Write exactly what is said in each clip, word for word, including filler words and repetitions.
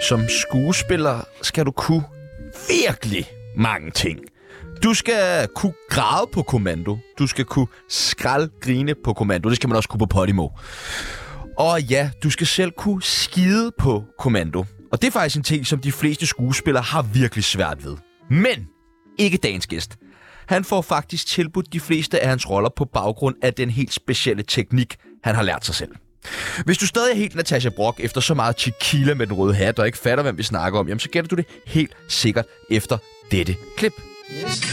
Som skuespiller skal du kunne virkelig mange ting. Du skal kunne græde på kommando. Du skal kunne skraldgrine på kommando. Det skal man også kunne på Podimo. Og ja, du skal selv kunne skide på kommando. Og det er faktisk en ting, som de fleste skuespillere har virkelig svært ved. Men ikke dagens gæst. Han får faktisk tilbudt de fleste af hans roller på baggrund af den helt specielle teknik, han har lært sig selv. Hvis du stadig er helt Natasha Brock efter så meget tequila med den røde hat, og ikke fatter, hvem vi snakker om, jamen så gætter du det helt sikkert efter dette klip. Yes.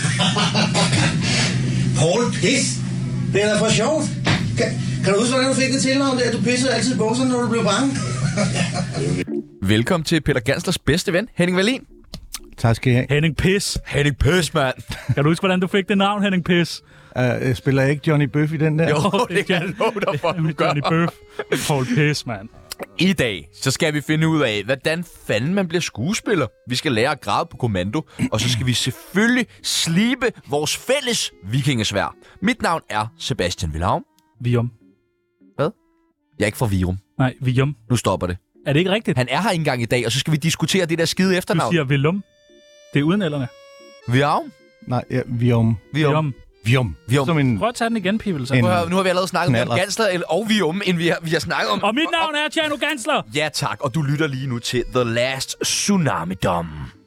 Paul, pis! Det er da for sjovt. Kan, kan du huske, hvordan du fik det tilnavn der? Du pissede altid i bukserne, når du blev bange. Velkommen til Peter Ganslers bedste ven, Henning Wallin. Tak skal I have. Henning Piss. Henning Piss, mand. Kan du huske, hvordan du fik det navn, Henning Piss? Uh, spiller jeg ikke Johnny Bøf i den der? Jo, det kan jeg love dig for, du gør. Johnny Bøf. Paul Piss, mand. I dag, så skal vi finde ud af, hvordan fanden man bliver skuespiller. Vi skal lære at græde på kommando, og så skal vi selvfølgelig slibe vores fælles vikingesværd. Mit navn er Sebastian Wilhelm. Vium. Hvad? Jeg er ikke fra Virum. Nej, Vium. Nu stopper det. Er det ikke rigtigt? Han er her ikke engang i dag, og så skal vi diskutere det der skide efternavn. Du siger Willum. Det er uden ellerne. Virum? Nej, ja, Vium. Virum. Vium. Vium. Som en... Prøv at tage den igen, Pibel. En... Nu har vi allerede snakket Knaller. om Gansler og Vium, inden vi har, vi har snakket om... Og mit navn er Tjerno Gansler. Ja tak, og du lytter lige nu til The Last Tsunami-dom.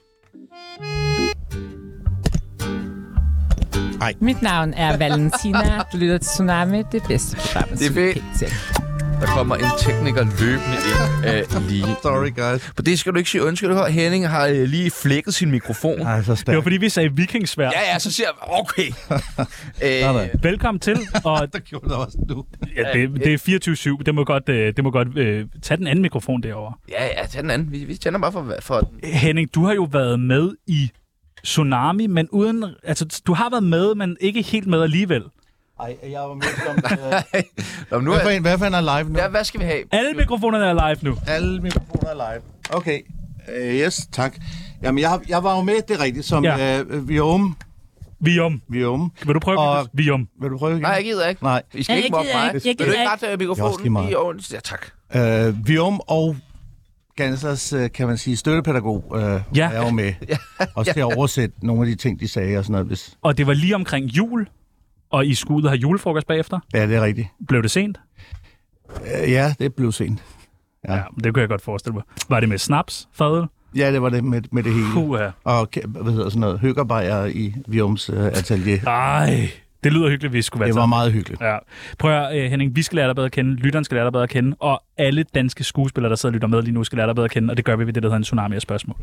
Mit navn er Valentina. Du lytter til Tsunami, det bedste program. Det er fedt. Der kommer en tekniker løbende ind øh, lige. Sorry, guys. For det skal du ikke sige undskyld. Hør, Henning har øh, lige flækket sin mikrofon. Nej, så stærkt. Det var fordi, vi sagde vikingsværd. Ja, ja, så siger jeg, okay. Sådan. øh, Velkommen til. Og Der gjorde det også nu. ja, det, det er fireogtyve syv. Det må godt, øh, det må godt øh, tage den anden mikrofon derovre. ja, ja, tag den anden. Vi, vi tænder bare for... for Henning, du har jo været med i Tsunami, men uden... Altså, du har været med, men ikke helt med alligevel. Ej, jeg var med som... Øh... Nå, nu hvad, for er, en, hvad for en er live nu? ja, hvad skal vi have? Alle mikrofonerne er live nu. Alle mikrofoner er live. Okay. Uh, yes, tak. Jamen, jeg, har- jeg var jo med, det er rigtigt, som Ja. ja. uh, Vium. Vium. Vium. Vil du prøve? Og- Vium. Vil du prøve igen? Nej, jeg gider ikke. Nej. I skal Ja, ikke jeg mobbe gider mig. ikke. Jeg Vil du gider ikke ikke. rette Det er også mikrofonen lige meget. lige ordentligt? Ja, tak. Uh, Vium og Ganslers, uh, kan man sige, støttepædagog, uh, Ja. er jo med. Også til at oversætte nogle af de ting, de sagde og sådan noget. Hvis... Og det var lige omkring jul, og I skulle ud og have julefrokost bagefter. Ja, det er rigtigt. Blev det sent? Uh, ja, det blev sent. Ja. Ja, det kunne jeg godt forestille mig. Var det med snaps, fadøl? Ja, det var det med, med det hele. Puha. Og ke- hvad hedder sådan noget, høgerbejer i Viums uh, atelier. Ej, det lyder hyggeligt, vi skulle være Det var sammen. meget hyggeligt. Ja. Prøv at høre, Henning, vi skal lære dig bedre at kende, lytteren skal lære dig bedre at kende, og alle danske skuespillere, der sidder og lytter med lige nu, skal lære dig bedre at kende, og det gør vi ved det, der hedder en tsunami af spørgsmål.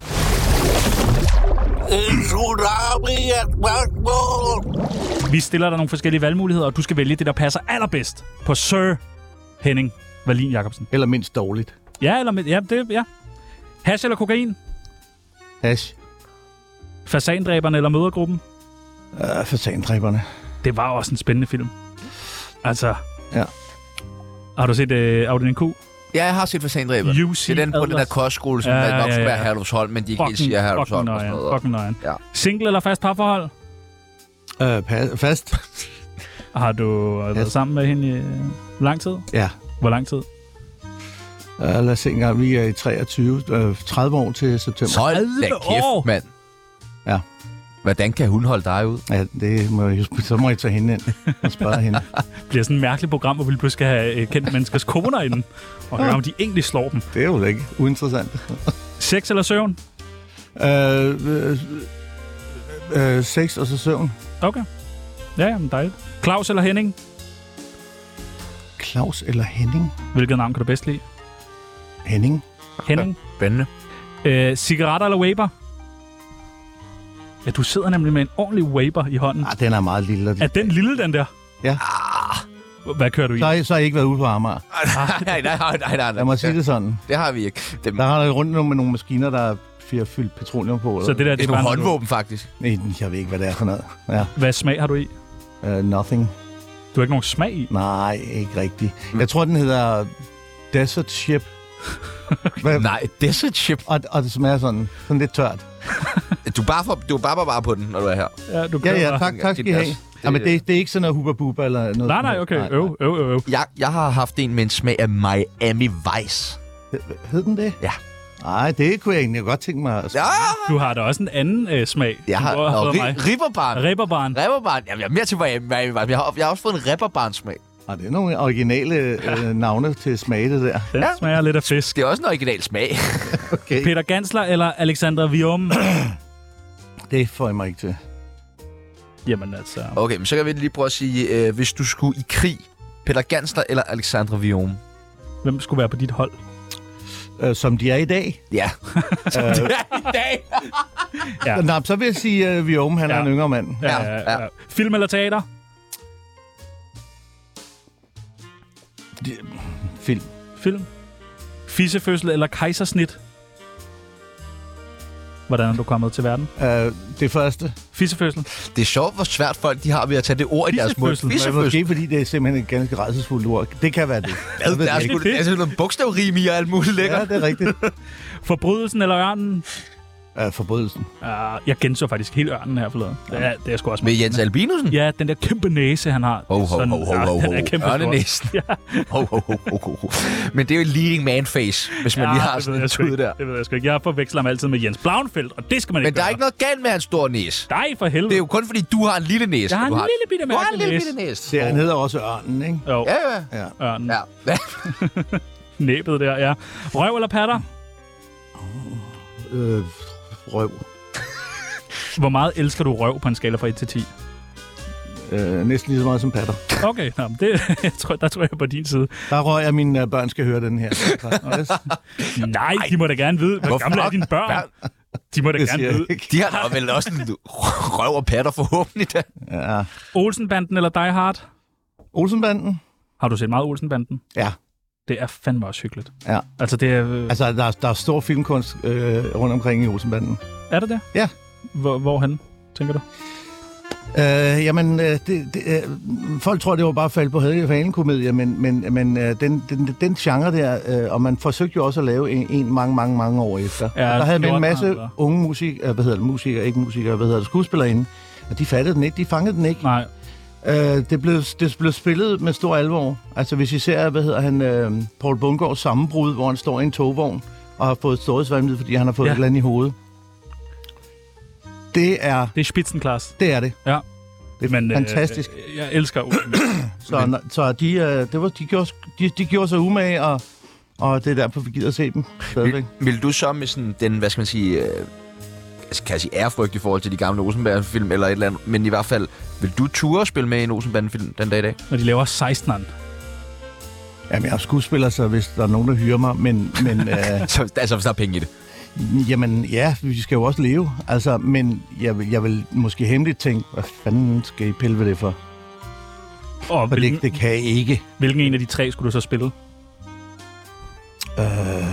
Vi stiller dig nogle forskellige valgmuligheder, og du skal vælge det, der passer allerbedst på Sir Henning Wallin Jacobsen. Eller mindst dårligt. Ja, eller med, ja, det, ja. Hash eller kokain? Hash. Fasandræberne eller mødergruppen? Uh, Fasandræberne. Det var også en spændende film. Altså... Ja. Har du set uh, Afdeling Q? Ja, jeg har set Fasandræber. You Det see er den på den der others. kostskole, som Ja, ja, ja, nok skulle ja, være ja. Herlufsholm, men de ikke helt siger fucking Herlufsholm og sådan nøjeren. noget. Fucking nøjeren. Ja. Single eller fast parforhold? Uh, pa- fast. Har du øh, været Yes. sammen med hende i øh, lang tid? Ja. Hvor lang tid? Uh, lad os se en gang. Vi er i treogtyve, uh, tredive år til september. Hold da tredive år! kæft, mand. Ja. Hvordan kan hun holde dig ud? Ja, det må jeg, så må jeg tage hende ind og spørge hende. Det bliver sådan et mærkeligt program, hvor vi pludselig skal have øh, kendt menneskers koner inden, og høre, om de egentlig slår dem. Det er jo ikke uinteressant. Sex eller søvn? Uh, uh, uh, sex og så søvn. Okay. Ja, jamen dejligt. Claus eller Henning? Claus eller Henning? Hvilket navn kan du bedst lide? Henning. Henning. Spændende. Øh, cigaretter eller vapor? Ja, du sidder nemlig med en ordentlig vapor i hånden. Ah, den er meget lille. Er den lille, den der? Ja. Hvad kører du i? Så har, I, så har I ikke været ude på Amager. nej, nej, nej, nej, nej. Lad mig sige det sådan. Det har vi ikke. Dem, Der har der rundt med nogle maskiner, der er fire fyldt petroleum på. Så det der, det er det nogle bare håndvåben, faktisk. Nej, jeg ved ikke, hvad det er for noget. Ja. Hvad smag har du i? Uh, nothing. Du har ikke nogen smag i? Nej, ikke rigtigt. Jeg tror, den hedder Desert Ship. Hvad? Nej, desert chip. Og, og det smager sådan, sådan lidt tørt. Du er bare, for, du er bare, bare, bare på den, når du er her. Ja, du Ja, kører ja, bare. tak, tak skal I have. Jamen, det, det er ikke sådan noget hubba-bubba eller noget. Nej, nej, okay. Øv, øv, øv, øv. Jeg, jeg har haft en med en smag af Miami Vice. Hed den det? Ja. Nej, det kunne jeg egentlig godt tænke mig. Altså. Ja, Du har da også en anden øh, smag. jeg har som du fået og af mig. ri- ribberbarn. Ribberbarn. Ribberbarn. Jamen, jeg er mere til Miami. Jeg har, jeg har også fået en ribberbarnsmag. Og det er nogle originale øh, navne til smage, det der. Den Ja. smager lidt af fisk. Det er også en original smag. Okay. Peter Gansler eller Alexandra Vium? Det får jeg mig ikke til. Jamen altså... Okay, men så kan vi lige prøve at sige, øh, hvis du skulle i krig, Peter Gansler eller Alexandra Vium? Hvem skulle være på dit hold? Øh, som de er i dag. Ja. Øh, I dag. Ja. Nå, så vil jeg sige, at uh, Vium, han ja. Ja. er en yngre mand. Ja, Ja, ja, ja. ja. Film eller teater? De, film. Film. Fissefødsel eller kejsersnit? Hvordan er du kommet til verden? Uh, det første. Fissefødsel. Det er sjovt, hvor svært folk de har ved at tage det ord i deres mund. Fissefødsel. Men Fissefødsel. måske fordi det er simpelthen et ganske rædselsfuldt ord. Det kan være det. Hvad? Jeg ved Der er det sgu ikke. der er sådan noget bogstavrim i og alt muligt lækker. Ja, det er rigtigt. Forbrydelsen eller ørnen? Uh, forbrydelsen. Uh, jeg genså faktisk helt ørnen her forleden. Det er, det er sgu også Med Jens Albinussen? Ja, den der kæmpe næse, han har. Ho, ho, Sådan- ho, ho, ja, ho, den er ho. kæmpe stor. Ørnenæsen. Ja, Ho, ho, ho, ho, ho, ho. Men det er jo en leading man face, hvis man ja, lige har det ved sådan en jeg sgu tud ikke. der. Det ved jeg sgu ikke. Jeg forveksler ham altid med Jens Blauenfeldt, og det skal man Men ikke der er gøre. ikke noget galt med hans store næse. Nej, for helvede. Det er jo kun fordi, du har en lille næse. Jeg har du en lille bitte Du har en mærkelig lille næse. bitte næse. Serien hedder også Ørnen, ikke? Jo, Ja, ja. Ja. ørnen. Ja. Næbet der, ja. Røv eller patter? Øh, røv. Hvor meget elsker du røv på en skala fra et til ti? Øh, næsten lige så meget som patter. Okay, nå, men det, jeg tror, der tror jeg på din side. Der røg jeg, at mine uh, børn skal høre den her. Yes. Nej, de må da gerne vide. Hvor Hvorfor? gamle er dine børn? De må da Det gerne siger jeg vide. ikke. De har da vel også en røv og patter forhåbentlig da. Ja. Olsenbanden eller Die Hard? Olsenbanden? Har du set meget Olsenbanden? Ja. Det er fandme også hyggeligt. Ja. Altså, det er... Øh, Altså, der er, der er stor filmkunst øh, rundt omkring i Olsenbanden. er det det? Ja. Hvor, hvorhen, tænker du? Øh, jamen, øh, det, det, øh, folk tror, det var bare faldt på halen-komedie, men, men, men øh, den, den, den genre der, øh, og man forsøgte jo også at lave en, en mange, mange, mange år efter. Ja, og der havde man en fjorten masse eller? unge musik, øh, hvad hedder det, musikere, ikke musikere, hvad hedder det, skuespillere inde, og de fattede den ikke, de fangede den ikke. Nej. Øh, det, blev, det blev spillet med stor alvor. Altså, hvis I ser, hvad hedder han, øh, Poul Bundgaards sammenbrud, hvor han står i en togvogn og har fået storhedsvanvid, fordi han har fået Ja. et eller andet i hovedet. Det er Det er Spitzenklasse. det. Er det. Ja. Det er Men, fantastisk. Øh, jeg elsker Olsenbanden. Så, så de, øh, det var, de, gjorde, de, de gjorde sig umage, og, og det er derfor, vi gider se dem stadigvæk. Vil, vil du så med sådan den, hvad skal man sige, øh, altså, kan jeg sige ærefrygt i forhold til de gamle Olsenbanden-film eller et eller andet, men i hvert fald, vil du ture spille med i en Olsenbanden-film den dag i dag? Når de laver seksteneren. Jamen, jeg er skuespiller, så hvis der er nogen, der hyrer mig, men, men øh, Så, altså, hvis der er penge i det. jamen, ja, vi skal jo også leve. Altså, men jeg, vil- jeg vil måske hemmeligt tænke, hvad fanden skal I pille ved det for? Og For hvilken, det, det kan jeg ikke. hvilken en af de tre skulle du så spille? Øh...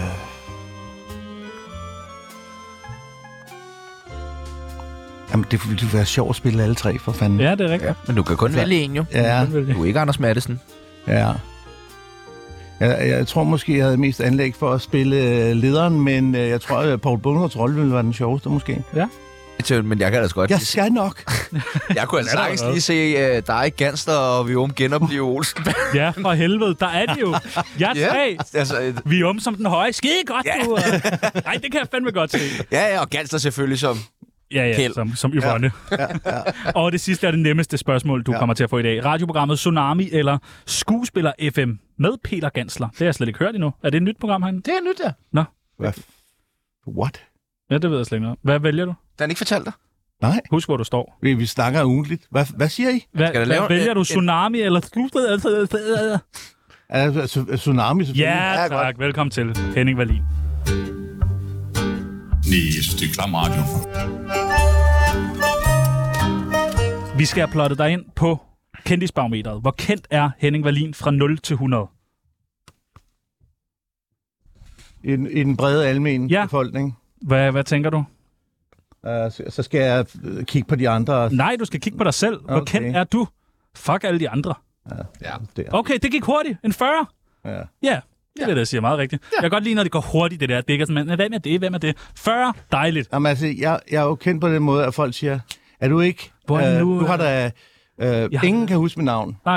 Jamen, det ville være sjovt at spille alle tre, for fanden. Ja, det er rigtigt. Ja, men du kan kun Så- vælge en jo. Ja, Du er ikke Anders Mattesen. ja. Jeg, jeg tror måske, jeg havde mest anlæg for at spille øh, lederen, men øh, jeg tror, at Poul Bundgaards rolle ville være den sjoveste, måske. Så- Men jeg kan altså godt Jeg lige se- skal nok. jeg kunne altså Er der sagtens noget? lige se uh, dig, Gansler og Vium genopleve Olsenbanden. Ja, for helvede. Der er det jo. Jeg Ja. tre. altså, øh, Vi er om som den høje. Skide godt, Ja. du. Nej, det kan jeg fandme godt se. ja, ja, og Gansler selvfølgelig som... Ja, ja, Kjeld. som, som Yvonne. Ja, ja. Og det sidste er det nemmeste spørgsmål, du Ja. kommer til at få i dag. Radioprogrammet Tsunami eller Skuespiller F M med Peter Gansler. Det har jeg slet ikke hørt endnu. Er det et nyt program herinde? Det er nyt, ja. Nå, Hvad? f- What? ja, det ved jeg slet ikke noget. Hvad vælger du? Den ikke fortalt dig. Nej, Husk, hvor du står. vi, vi snakker ugentligt. Hvad, hvad siger I? Hvad, Skal der hvad lave vælger en- du? en- Tsunami eller Skuespiller? Altså, tsunami selvfølgelig. Ja, tak. Velkommen til Henning Wallin. Nej, jeg synes, det er klam radio. Vi skal have plottet dig ind på kendisbarometeret. Hvor kendt er Henning Wallin fra nul til hundrede? I, den- I den brede almen Ja. befolkning. Hvad, hvad tænker du? Uh, så, så skal jeg øh, kigge på de andre. Nej, du skal kigge på dig selv. Hvor Okay. kendt er du? Fuck alle de andre. Ja. Der. Okay, det gik hurtigt. En fyrre. Ja. Ja, det er det, jeg siger meget rigtigt. Jeg kan godt lide, når det går hurtigt, det der. Det ikke er sådan, hvem er det, hvem er det? fyrre, dejligt. Jamen, altså, jeg, jeg er jo kendt på den måde, at folk siger, er du ikke... Hvor er øh, nu, du har øh, da... Øh, har- ingen kan huske mit navn. Nej.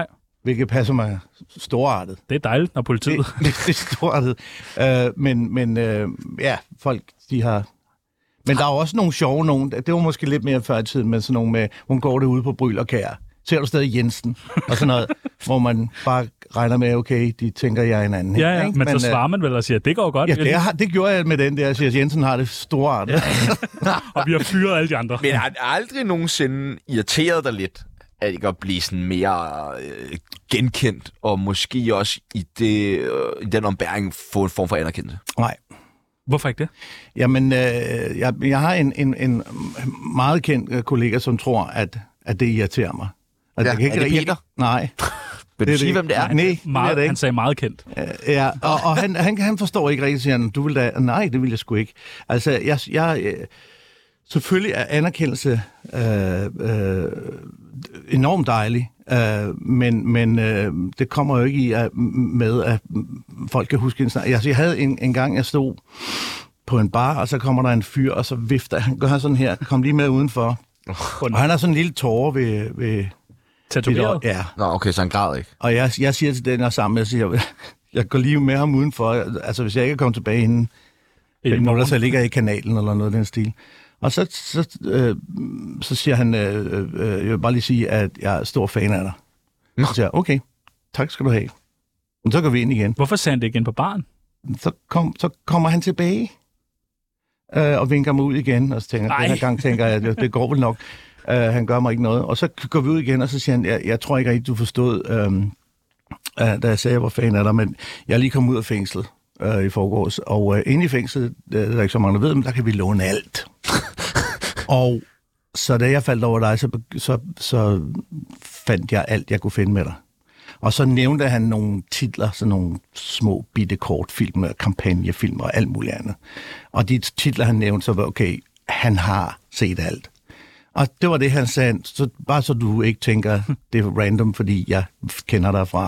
hvilket passer mig storartet. Det er dejligt, når politiet... Det, det, det er storartet. Uh, men men uh, ja, folk, de har... Men der er også nogle sjove nogen. Det var måske lidt mere før i tiden, men sådan nogle med, hun går derude på Bryl og Kær. Ser du stadig Jensen? Og sådan noget, hvor man bare regner med, okay, de tænker, jeg er en anden. Ja, ja, ikke? men, men så øh, svarer man vel og siger, det går godt. Ja, det, har, det gjorde jeg med den der. Jeg siger, Jensen har det storartet. Ja. Og vi har fyret alle de andre. Men har det aldrig nogensinde irriteret dig lidt, at ikke at blive sådan mere øh, genkendt, og måske også i, det, øh, i den ombæring få en form for anerkendelse? Nej. Hvorfor ikke det? Jamen, øh, jeg, jeg har en, en, en meget kendt øh, kollega, som tror, at, at det irriterer mig. At Ja, jeg kan ikke, er det jeg, Peter? Nej. Vil du det sige, det. hvem det er? Nej, Meget, det er det han sagde meget kendt. ikke. Ja, og, og han, han, han forstår ikke rigtig, siger han, du vil da... Nej, det vil jeg sgu ikke. Altså, jeg... jeg øh, selvfølgelig er anerkendelse øh, øh, enormt dejlig, øh, men, men øh, det kommer jo ikke i at, med, at folk kan huske en snak. Altså, jeg havde en, en gang, jeg stod på en bar, og så kommer der en fyr, og så vifter han, gør han sådan her, kom lige med udenfor. Og han har sådan en lille tårer ved... ved Tatoveret? Ja. Nå, okay, så han græd ikke. Og jeg, jeg siger til den her sammen, jeg siger, jeg går lige med ham udenfor, altså hvis jeg ikke er kommet tilbage inden, minutter, så ligger jeg i kanalen eller noget af den stil. Og så, så, øh, så siger han, øh, øh, jeg vil bare lige sige, at jeg er stor fan af dig. Nå. Så siger jeg, okay, tak skal du have. Men så går vi ind igen. Hvorfor sagde han det ikke ind på baren? Så, kom, så kommer han tilbage øh, og vinker mig ud igen, og så tænker jeg, den her gang tænker jeg, det, det går vel nok. Uh, han gør mig ikke noget. Og så går vi ud igen, og så siger han, jeg, jeg tror ikke rigtig, du forstod, øhm, uh, da jeg sagde, at jeg var fan af dig, men jeg er lige kommet ud af fængslet uh, i forgårs. Og uh, inde i fængslet, der er ikke så mange, der ved, men der kan vi låne alt. Og så da jeg faldt over dig, så, så, så fandt jeg alt, jeg kunne finde med dig. Og så nævnte han nogle titler, sådan nogle små bitte kortfilm, kampagnefilm og alt muligt andet. Og de titler, han nævnte, så var okay, han har set alt. Og det var det, han sagde, så bare så du ikke tænker, det er random, fordi jeg kender dig fra.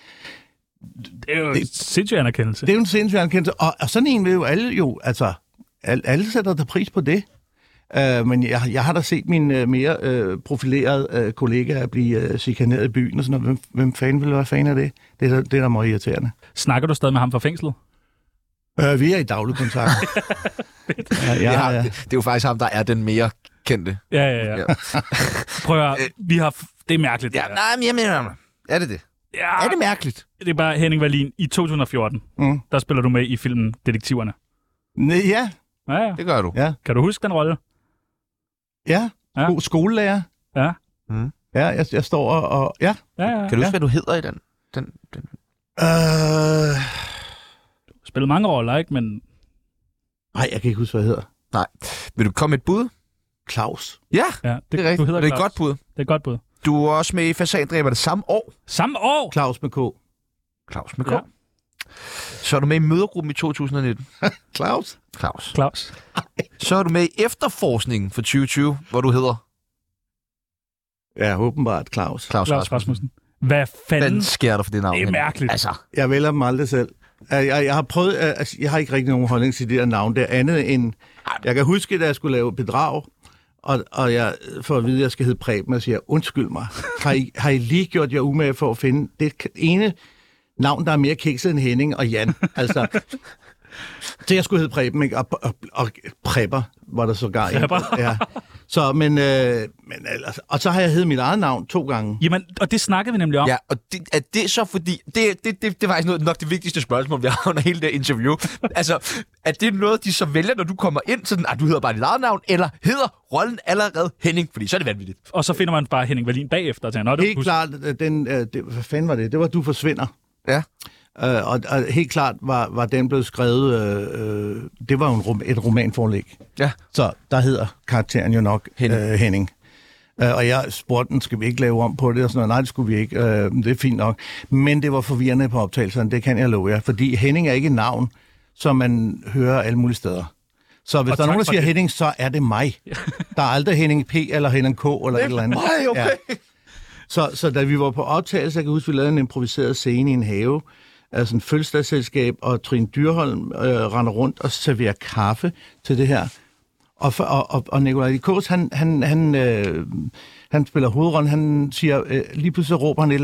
Det er jo en sindssyg anerkendelse. Det er jo en sindssyg anerkendelse, og, og sådan en vil jo alle jo, altså, alle, alle sætter der pris på det. Uh, men jeg, jeg har da set mine uh, mere uh, profilerede uh, kollegaer blive uh, chikaneret i byen og sådan noget. Hvem, hvem fanden vil være fan af det? Det er der, det er der meget irriterende. Snakker du stadig med ham fra fængslet? Uh, vi er i daglig kontakt. ja, Det, ja, har, ja. det, det er jo faktisk ham, der er den mere kendte. Ja, ja, ja. Ja. Prøv at, vi har, det er mærkeligt. Ja, det der. nej, men jeg mener, er det det? Ja, Er det mærkeligt? det er bare Henning Wallin. I to tusind og fjorten, Mm. der spiller du med i filmen Detektiverne. Nej, ja, Ja, ja. Det gør du. ja, Kan du huske den rolle? ja. Ja. Sko- skolelærer. Ja. Mm. Ja, jeg, jeg står og... og ja. Ja, ja. Kan du huske, Ja. hvad du hedder i den? den, den? Øh... Spillet mange roller, ikke? Men Nej, jeg kan ikke huske, hvad jeg hedder. Nej. Vil du komme med et bud? Claus. Ja, ja, det, det er rigtigt. du hedder Det er et Claus. godt bud. Det er et godt bud. Du er også med i Fasandræber det samme år. Samme år! Claus med K. Claus med K. Ja. Så er du med i mødergruppen i to tusind og nitten. Claus? Claus. Claus. Så er du med i efterforskningen for tyve tyve, hvor du hedder Ja, åbenbart Claus. Claus, Claus Rasmussen. Rasmussen. Hvad fanden? Hvad sker der for det navn? Det er Henning? mærkeligt. Altså, Jeg vælger dem aldrig selv. Jeg, jeg, jeg har prøvet... Altså, jeg har ikke rigtig nogen holdning til det her navn. Det er andet end... Jeg kan huske, da jeg skulle lave bedrag, og, og jeg får at vide, at jeg skal hedde Preben, og siger, undskyld mig. Har I, har I lige gjort jer umage for at finde det ene navn, der er mere kikset end Henning og Jan? Altså... Så jeg skulle hedde Preben, ikke? Og, og, og, og Prepper var der sågar. Prepper? Ja. Så, men, øh, men altså, og så har jeg heddet mit eget navn to gange. Jamen, og det snakkede vi nemlig om. ja, og det, er det så fordi... Det, det, det, det var faktisk noget, nok det vigtigste spørgsmål, vi har under hele det interview. Altså, er det noget, de så vælger, når du kommer ind, sådan, at du hedder bare dit eget navn, eller hedder rollen allerede Henning? Fordi så er det vanvittigt. Og så finder man bare Henning Wallin bagefter og tænker, nå, det Helt klart, den, øh, det, hvad fanden var det? Det var Du forsvinder. Ja. Uh, og, og helt klart var, var den blevet skrevet, øh, øh, det var jo en rom, et romanforlæg. Ja. Så der hedder karakteren jo nok Henning. Øh, Henning. Uh, og jeg spurgte den, skal vi ikke lave om på det? Og sådan noget. Nej, det skulle vi ikke. Uh, det er fint nok. Men det var forvirrende på optagelserne, det kan jeg love jer. Fordi Henning er ikke et navn, som man hører alle mulige steder. Så hvis Og der er nogen, der tak for siger det. Henning, så er det mig. Der er aldrig Henning P. eller Henning K. eller et eller andet. Nej, okay. Ja. Så, så da vi var på optagelse, jeg kan huske, vi lavede en improviseret scene i en have, altså en fødselsdagsselskab, og Trine Dyrholm øh, render rundt og serverer kaffe til det her. Og, for, og, og, og Nikolaj Likos, han, han, han, øh, han spiller hovedrollen, han siger, øh, lige pludselig råber han et eller andet,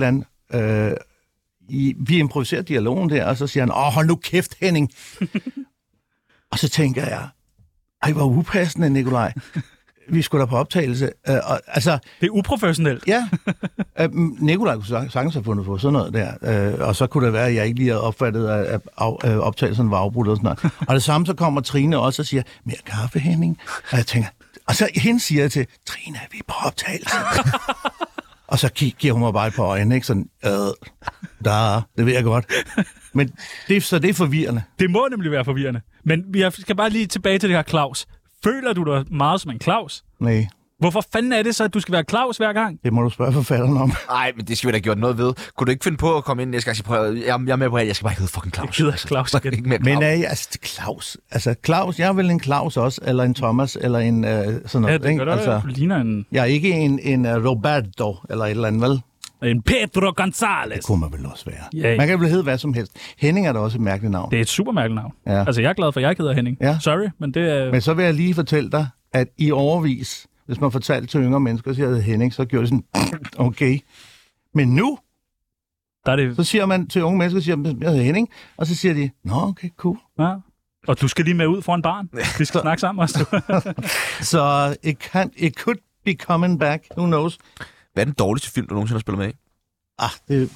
øh, i, vi improviserer dialogen der, og så siger han, åh, hold nu kæft, Henning. Og så tænker jeg, ej, hvor upassende, Nikolaj. Vi skulle da på optagelse. Øh, og, altså, det er uprofessionelt. Ja. Øh, Nikolaj kunne sagtens have fundet på sådan noget der. Øh, og så kunne det være, at jeg ikke lige havde opfattet, at optagelsen var afbrudt og sådan noget. Og det samme, så kommer Trine også og siger, mere kaffe, Henning. Og jeg tænker, og så hende siger jeg til, Trine, er vi på optagelse? Og så giver hun mig bare på øjnene, ikke? Sådan, øh, der, det ved jeg godt. Men det, så det er forvirrende. Det må nemlig være forvirrende. Men jeg skal bare lige tilbage til det her Claus. Føler du dig meget som en Claus? Nej. Hvorfor fanden er det så, at du skal være Claus hver gang? Det må du spørge forfatteren om. Nej, men det skal vi da gjort noget ved. Kunne du ikke finde på at komme ind næste gang? Prøve? Jeg er med på, at jeg skal bare hedde fucking Claus. Jeg gider Claus igen. Ikke mere Men er altså Claus? Altså Claus, jeg er vel en Claus også, eller en Thomas, eller en uh, sådan noget. Ja, det gør altså, du ligner en... Jeg er ikke en, en uh, Roberto, eller et eller andet, vel? En Pedro González. Det kunne man vel også være. Yeah. Man kan vel hedde hvad som helst. Henning er da også et mærkeligt navn. Det er et super mærkeligt navn. Ja. Altså, jeg er glad for, at jeg ikke hedder Henning. Ja. Sorry, men det er... Men så vil jeg lige fortælle dig, at i overvis, hvis man fortalte til yngre mennesker, at jeg hedder Henning, så gjorde det sådan, okay. Men nu, der er det... så siger man til unge mennesker, siger, jeg hedder Henning, og så siger de, nå, okay, cool. Ja. Og du skal lige med ud foran barn. Vi skal snakke sammen også. Så it, can, it could be coming back. Who knows? Hvad er den dårligste film, du nogensinde har spillet med i? Ah, det...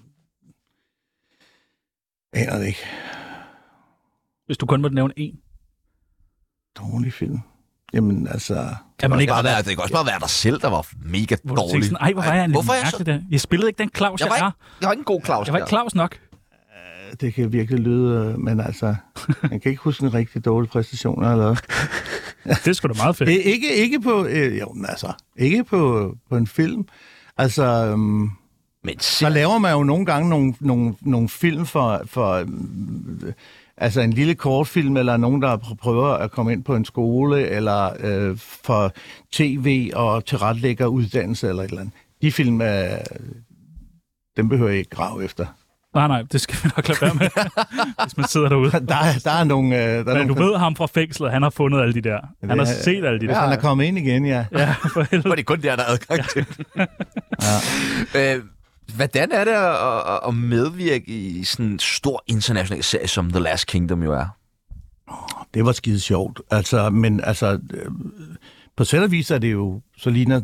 Jeg aner det ikke. Hvis du kun måtte nævne én. Dårlig film. Jamen, altså... Det kan, ikke bare være, det kan også bare være dig selv, der var mega hvor dårlig. Sådan, ej, hvorfor er jeg en hvorfor er jeg så... Der? Jeg spillede ikke den Claus, jeg, jeg, jeg var ikke, er. Jeg var ikke en god Claus. Jeg var ikke Claus nok. Det kan virkelig lyde, men altså... Jeg kan ikke huske en rigtig dårlig præstation eller noget. Det er sgu da meget fedt. Ikke, ikke på... Øh, jo, altså... Ikke på, på en film. Altså... Øhm, men så laver man jo nogle gange nogle, nogle, nogle film for... for øh, altså en lille kortfilm, eller nogen, der prøver at komme ind på en skole, eller øh, for tv og tilrettelægger uddannelse, eller et eller andet. De film, øh, dem behøver jeg ikke grave efter. Nej, nej, det skal vi nok lade være med, hvis man sidder derude. Der, der er nogle... Øh, der Men er du nogle... ved ham fra fængslet, han har fundet alle de der. Han har set alle de der. Ja, han er kommet ind igen, ja. Ja, for helvede. Hvor det kun der, der er adgang til. Ja. øh, Hvordan er det at, at medvirke i sådan en stor international serie, som The Last Kingdom jo er? Det var skide sjovt. Altså, men altså, på sæt og vis er det jo, så ligner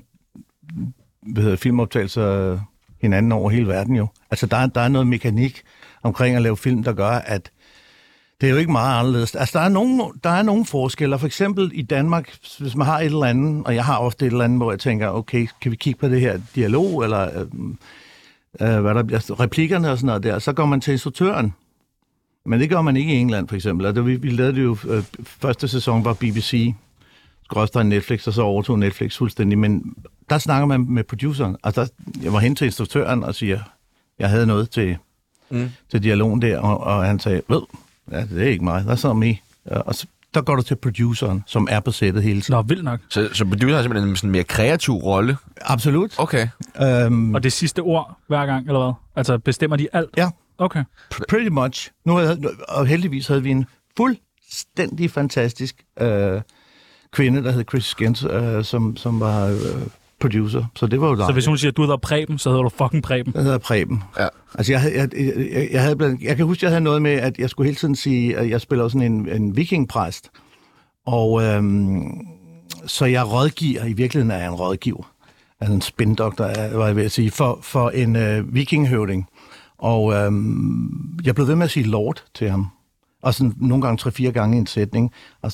hvad hedder, filmoptagelser hinanden over hele verden jo. Altså, der, der er noget mekanik omkring at lave film, der gør, at det er jo ikke meget anderledes. Altså, der er nogle, der er nogle forskelle. For eksempel i Danmark, hvis man har et eller andet, og jeg har ofte et eller andet, hvor jeg tænker, okay, kan vi kigge på det her dialog, eller... Øh, Uh, hvad der bliver replikkerne og sådan noget der, så går man til instruktøren. Men det gør man ikke i England, for eksempel. Altså, vi, vi lavede det jo, uh, første sæson var B B C, skråstreg Netflix, og så overtog Netflix fuldstændig. Men der snakker man med produceren. Altså, der, jeg var hen til instruktøren og siger, jeg havde noget til, mm. til dialogen der, og, og han sagde, ved, ja, det er ikke mig, der er så med. Uh, og så der går du til produceren, som er på sættet hele tiden. Nå, vildt nok. Så, så producer har simpelthen en sådan mere kreativ rolle? Absolut. Okay. Um, og det sidste ord hver gang, eller hvad? Altså, bestemmer de alt? Ja. Okay. Pretty much. Nu havde, og heldigvis havde vi en fuldstændig fantastisk øh, kvinde, der hed Chris Skins, øh, som, som var øh, producer. Så det var jo dejligt. Så hvis hun siger, at du hedder Preben, så hedder du fucking Preben? Jeg hedder Preben. Ja. Altså, jeg, jeg, jeg, jeg, havde blandt, jeg kan huske, jeg havde noget med, at jeg skulle hele tiden sige, at jeg spiller sådan en, en vikingpræst. Og øhm, så jeg rådgiver, i virkeligheden er jeg en rådgiver. Altså en spindoktor, var jeg ved at sige, for, for en øh, vikinghøvding. Og øhm, jeg blev ved med at sige lord til ham. Og sådan nogle gange tre-fire gange i en sætning. Og,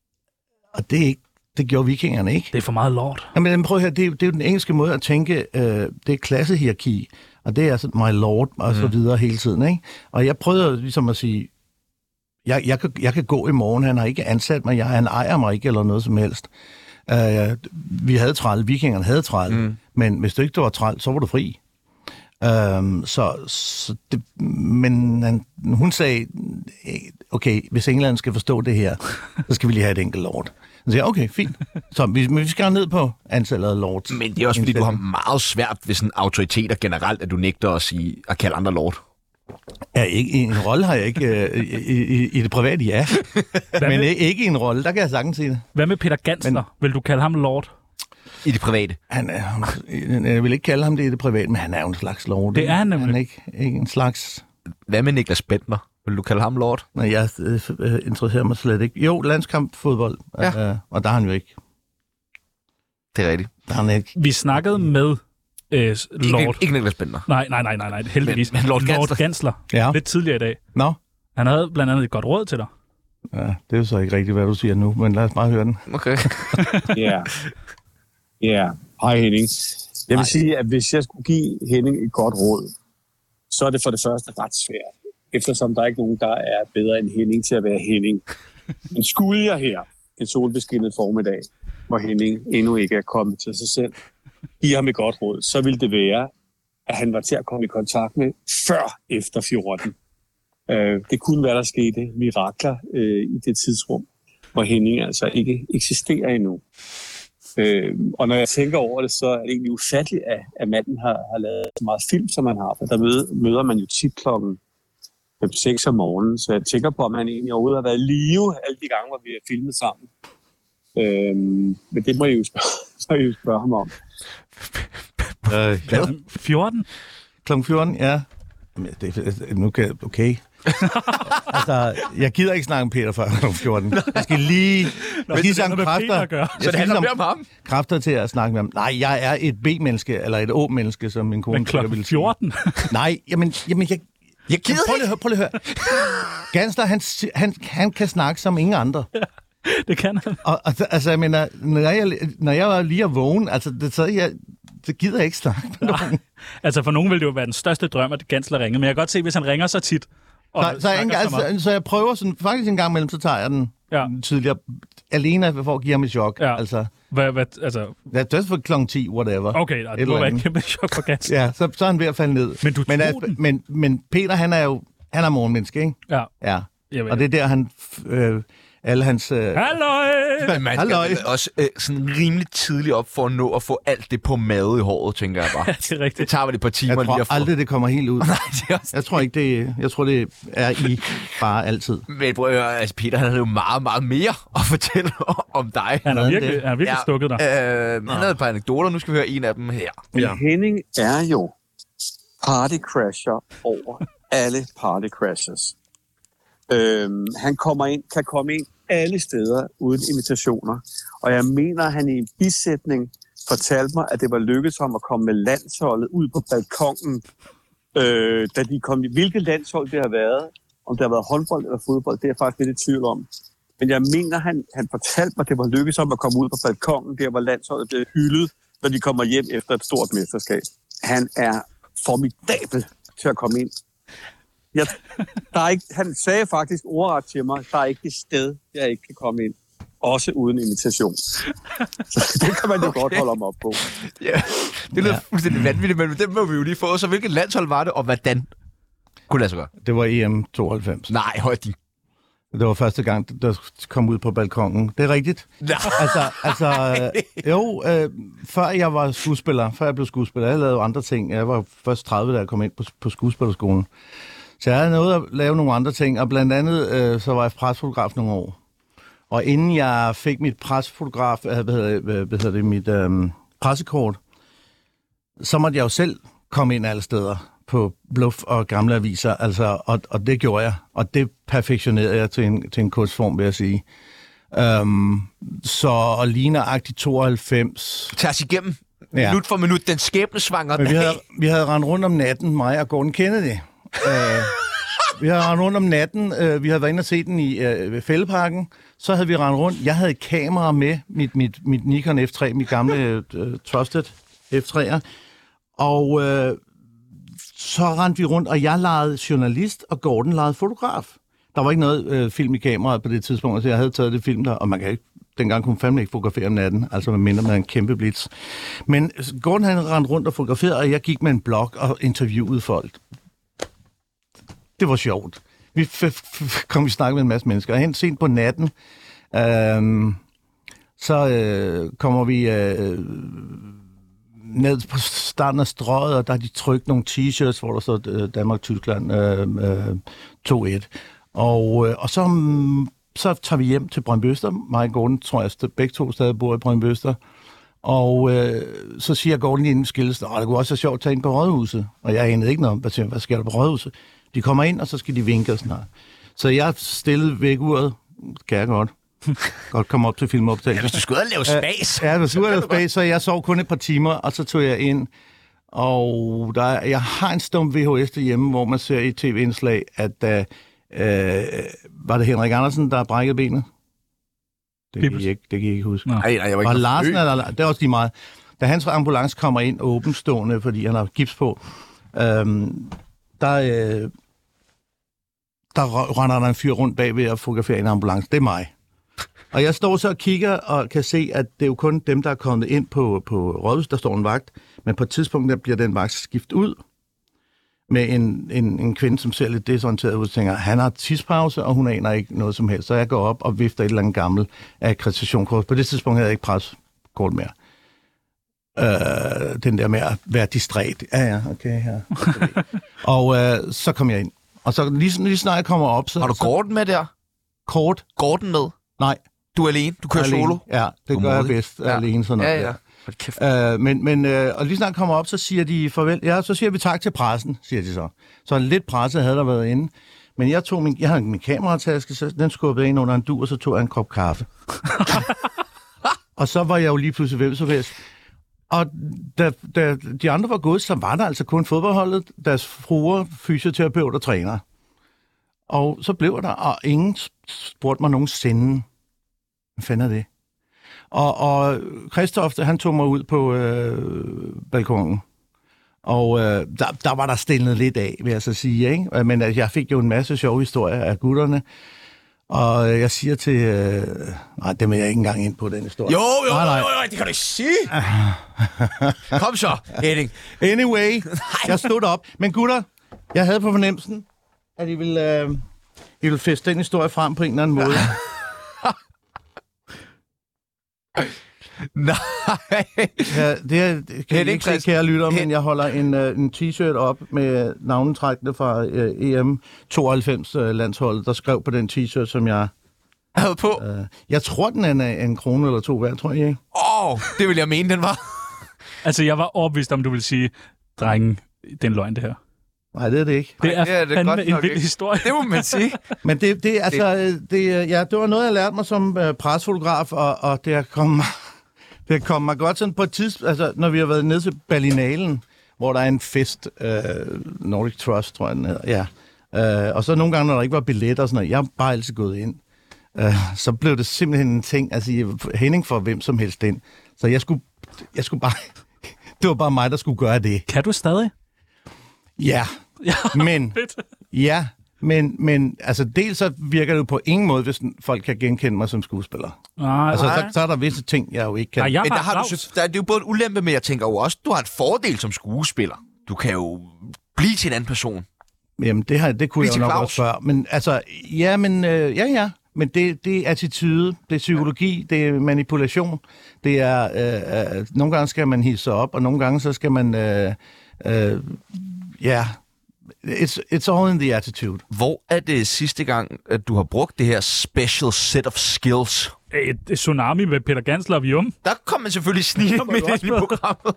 og det, det gjorde vikingerne ikke. Det er for meget lord. Jamen prøv at høre, det er, det er jo den engelske måde at tænke, øh, det er klassehierarki. Og det er altså my lord og så videre hele tiden, ikke? Og jeg prøvede ligesom at sige, jeg, jeg, kan, jeg kan gå i morgen, han har ikke ansat mig, jeg, han ejer mig ikke eller noget som helst. Uh, vi havde træl, vikingerne havde træl, mm. men hvis du ikke var træl, så var du fri. Uh, så, så det, men han, hun sagde, okay, hvis England skal forstå det her, så skal vi lige have et enkelt lord. Så siger okay, fint. Så vi, vi skal ned på antallet af lords. Men det er også, fordi du har meget svært ved sådan autoriteter generelt, at du nægter at, sige, at kalde andre lord. Ja, ikke, en rolle har jeg ikke øh, i, i, i det private, ja. Men med, ikke i en rolle, der kan jeg sagtens sige det. Hvad med Peter Gansler? Men, vil du kalde ham lord? I det private? Han er, jeg vil ikke kalde ham det i det private, men han er jo en slags lord. Det er han nemlig. Han er ikke, ikke en slags... Hvad med Niklas Bentner? Vil du kalde ham lord? Nej, jeg øh, interesserer mig slet ikke. Jo, landskampfodbold, Ja. øh, og der er han jo ikke. Det er rigtigt. Der er han ikke. Vi snakkede med øh, Lord... Ikke, ikke Niklas Bentner. Nej, nej, nej, nej, nej, heldigvis. Men- men Lord Gansler. Gansler. Ja. Lidt tidligere i dag. Nå, Han havde blandt andet et godt råd til dig. ja, det er jo så ikke rigtigt, hvad du siger nu, men lad os bare høre den. Okay. Ja. Ja. Hej Henning. Jeg vil sige, at hvis jeg skulle give Henning et godt råd, så er det for det første ret svært. Eftersom der er ikke nogen, der er bedre end Henning til at være Henning. Men skulle jeg her en solbeskinnet formiddag, hvor Henning endnu ikke er kommet til sig selv, give ham et godt råd, så ville det være, at han var til at komme i kontakt med før efter fjorten. Øh, det kunne være, der skete mirakler øh, i det tidsrum, hvor Henning altså ikke eksisterer endnu. Øh, og når jeg tænker over det, så er det egentlig ufatteligt, at, at manden har, har lavet så meget film, som han har. For der møder, møder man jo tit klokken fem seks om morgenen, så jeg tænker på, om han egentlig overhovedet har været i live alle de gange, hvor vi har filmet sammen. Øh, men det må jeg jo spørge, så jeg jo spørge ham om. Øh, hvad? fjorten? klokken fjorten, ja. Jamen, det, nu kan jeg... Okay. altså, jeg gider ikke snakke om Peter før klokken fjorten. Jeg skal lige... Nå, jeg skal så det lige har noget med kræfter, Peter at gøre. jeg Så det skal handler ligesom mere om ham? kræfter til at snakke med ham. Nej, jeg er et B-menneske, eller et O-menneske, som min kone Men sikkert klokken ville sige. fjorten? Nej, jamen, jamen jeg... Jeg gider prøv lige at høre, prøv lige at høre. Gansler, han, han, han kan snakke som ingen andre. Det kan han. Og, og altså, jeg mener, når jeg, når jeg var lige at vågne, altså, det, så, jeg, så gider jeg ikke snakke med nogen. Altså for nogen vil det jo være den største drøm, at Gansler ringer. Men jeg kan godt se, hvis han ringer så tit. Og Så, så, jeg, ikke- snakker så meget. altså, så jeg prøver sådan, faktisk en gang imellem, så tager jeg den Ja. tidligere, alene for at give ham et chok. Ja. Altså, Hvad, hvad, altså, det er for klokken ti, whatever. okay, nej, Et det må eller være et andet. kæmpe chok for Gansler. Ja, så, så er han ved at falde ned. Men du men, tog altså, den. men, men Peter, han er jo, han er morgenmenneske, ikke? Ja. Ja. Jamen, Og det er der, han, øh, alle hans... Øh, Halløj! Men man skal Halløj. også øh, sådan rimelig tidligt op for at nå at få alt det på made i håret, tænker jeg bare. Ja, det er Det rigtigt. tager vi det på timer jeg lige tror at få. aldrig, det kommer helt ud. Nej, det er også... Jeg tror ikke, det, jeg tror, det er i bare altid. Men prøv at høre, altså Peter, han havde jo meget, meget mere at fortælle om dig. Han har Hvordan virkelig, det? han har virkelig Ja. stukket dig. Øh, han havde et par anekdoter, nu skal vi høre en af dem her. Ja. Henning er jo partycrasher over alle partycrashers. Øhm, han kommer ind, kan komme ind alle steder uden invitationer. Og jeg mener, at han i en bisætning fortalte mig, at det var lykkedes ham at komme med landsholdet ud på balkongen, øh, da de kom i. Hvilket landshold det har været, om det har været håndbold eller fodbold, det er jeg faktisk lidt i tvivl om. Men jeg mener, han, han fortalte mig, at det var lykkedes ham at komme ud på balkongen, der hvor landsholdet blev hyldet, når de kommer hjem efter et stort mesterskab. Han er formidabel til at komme ind. Jeg, der er ikke, han sagde faktisk ordret til mig, der er ikke et sted, jeg ikke kan komme ind. Også uden invitation. Så det kan man jo okay. godt holde om op på. Ja, det lyder ja. fuldstændig vanvittigt, men det må vi jo lige få. Så hvilket landshold var det, og hvordan kunne det lade sig gøre? Det var E M tooghalvfems. Nej, højt de. Det var første gang, der kom ud på balkongen. Det er rigtigt. Nej. Altså, altså øh, jo, øh, før jeg var skuespiller, før jeg blev skuespiller, jeg lavede jo andre ting. Jeg var først tredive, da jeg kom ind på, på skuespillerskolen. Så jeg havde nået at lave nogle andre ting, og blandt andet øh, så var jeg presfotograf nogle år. Og inden jeg fik mit presfotograf, øh, hvad hedder det, hvad hedder det mit øh, pressekort, så måtte jeg jo selv komme ind alle steder på bluff og gamle aviser, altså, og, og det gjorde jeg. Og det perfektionerede jeg til en, til en kursform, vil jeg sige. Um, så ligneragtigt tooghalvfems. Tag os igennem Ja. minut for minut, den skæbnesvangre Men vi dag. havde, vi havde rendt rundt om natten, mig og Gordon Kennedy. uh, vi havde rendt rundt om natten, uh, vi havde været inde og set den i uh, Fældeparken. Så havde vi rendt rundt. Jeg havde et kamera med, mit, mit, mit Nikon F tre, mit gamle uh, Trusted F tre'er. Og uh, så rendte vi rundt, og jeg legede journalist, og Gordon legede fotograf. Der var ikke noget øh, film i kameraet på det tidspunkt, så jeg havde taget det film der, og man kan ikke, dengang kunne man fandme ikke fotografere om natten, altså med mindre med en kæmpe blitz. Men Gordon han rendte rundt og fotograferede, og jeg gik med en blog og interviewede folk. Det var sjovt. Vi f- f- kom vi snakke med en masse mennesker, og hen sent på natten, øh, så øh, kommer vi... Øh, ned på starten af strøget, og der har de trykt nogle t-shirts, hvor der står øh, Danmark-Tyskland øh, øh, to et. Og, øh, og så, mm, så tager vi hjem til Brøndby Øster. Mig og Gordon, tror jeg, begge to stadig bor i Brøndby Øster. Og øh, så siger Gordon inden skilles, at det kunne også være sjovt at tage ind på Rådhuset. Og jeg anede ikke noget om, hvad, hvad sker der på Rådhuset. De kommer ind, og så skal de vinke og sådan noget. Så jeg stillede vækkeuret, kan jeg godt. Godt komme op til filmoptagelsen. Ja, hvis du skulle ud og lave spas. Ja, hvis du skulle lave spas, så jeg sov kun et par timer, og så tog jeg ind. Og der, jeg har en stum V H S derhjemme, hvor man ser i tv-indslag, at uh, øh, var det Henrik Andersen, der brækkede benet? Det kan I ikke, det kan I ikke huske. Nej, nej, jeg var ikke var Larsen, eller, det er også lige meget. Da hans ambulance kommer ind åbenstående, fordi han har gips på, øhm, der, øh, der render der en fyr rundt bagved og fotograferer en ambulance. Det er mig. Og jeg står så og kigger og kan se, at det er jo kun dem, der er kommet ind på, på Rådhuset, der står en vagt. Men på et tidspunkt, der bliver den vagt skiftet ud med en, en, en kvinde, som ser lidt desorienteret ud og tænker, han har tidspause, og hun aner ikke noget som helst. Så jeg går op og vifter et eller andet gammelt akkreditationskort. På det tidspunkt havde jeg ikke preskort mere. Øh, den der med at være distræt. Ja, ja, okay, ja. Okay. Og øh, så kom jeg ind. Og så lige, lige snart jeg kommer op... Så, har du Gordon med der? Kort? Gordon med? Nej. Du er alene? Du kører alene. solo? Ja, det du gør jeg modig. bedst. Ja. Alene sådan noget. Ja, ja. Øh, men, men, øh, og lige snart kommer op, så siger de farvel. Ja, så siger vi tak til pressen, siger de så. Så lidt presse havde der været inde. Men jeg tog min, jeg havde min kamerataske, så den skubbede ind under en dur, og så tog jeg en kop kaffe. Og så var jeg jo lige pludselig hvem så helst. Og da, da de andre var gået, så var der altså kun fodboldholdet, deres fruer, fysioterapeut og træner. Og så blev der, og ingen spurgte mig nogensinde. Hvad fanden er det? Og, og Christofte, han tog mig ud på øh, balkongen. Og øh, der, der var der stillet lidt af, vil jeg så sige. Ikke? Men altså, jeg fik jo en masse sjove historier af gutterne. Og jeg siger til... Øh, nej, det vil jeg ikke engang ind på, den historie. Jo, jo, nej, nej. jo, jo, det kan du ikke sige. Kom så, Henning. Anyway, jeg stod op. Men gutter, jeg havde på fornemmelsen, at I ville, øh, I ville feste den historie frem på en eller anden måde. Nej. Ja, det er, det kan jeg ikke se, kære lytter, men jeg holder en, uh, en t-shirt op med navnetrækkene fra uh, E M tooghalvfems-landsholdet, der skrev på den t-shirt, som jeg havde på. Uh, jeg tror, den er en, en krone eller to værd, tror jeg ikke. Åh, oh, det vil jeg mene, den var. Altså, jeg var overbevist om, du ville sige, drengen, det er en løgn, det her. Nej, det er det ikke. Det er, det er det fandme godt en nok vild ikke. historie. Det må man sige. Men det, det, altså, det, ja, det var noget, jeg lærte mig som uh, presfotograf, og, og det har kommet det kom mig godt sådan på et tidspunkt, altså når vi har været nede til Berlinalen, hvor der er en fest, uh, Nordic Trust, tror jeg den hedder, ja. Uh, og så nogle gange, når der ikke var billetter og sådan noget, jeg har bare altid gået ind. Uh, så blev det simpelthen en ting, altså Henning for hvem som helst ind. Så jeg skulle, jeg skulle bare, det var bare mig, der skulle gøre det. Kan du stadig? Ja, ja men, ja, men, men altså dels så virker det jo på ingen måde, hvis folk kan genkende mig som skuespiller. Nej, altså, nej. Så, så er der visse ting, jeg jo ikke kan. Nej, jeg men der har har du, der, det er jo både en ulempe, men jeg tænker jo også, du har en fordel som skuespiller. Du kan jo blive til en anden person. Jamen, det, har, det kunne Blive jeg jo nok også før. Men altså, ja, men, øh, ja, ja. Men det, det er attitude, det er psykologi, det er manipulation. Det er, øh, øh, nogle gange skal man hisse op, og nogle gange så skal man, øh, øh, ja, it's, it's all in the attitude. Hvor er det sidste gang, at du har brugt det her special set of skills? Et, et tsunami med Peter Gansler og Vium. Der kom man selvfølgelig snigende med det i programmet.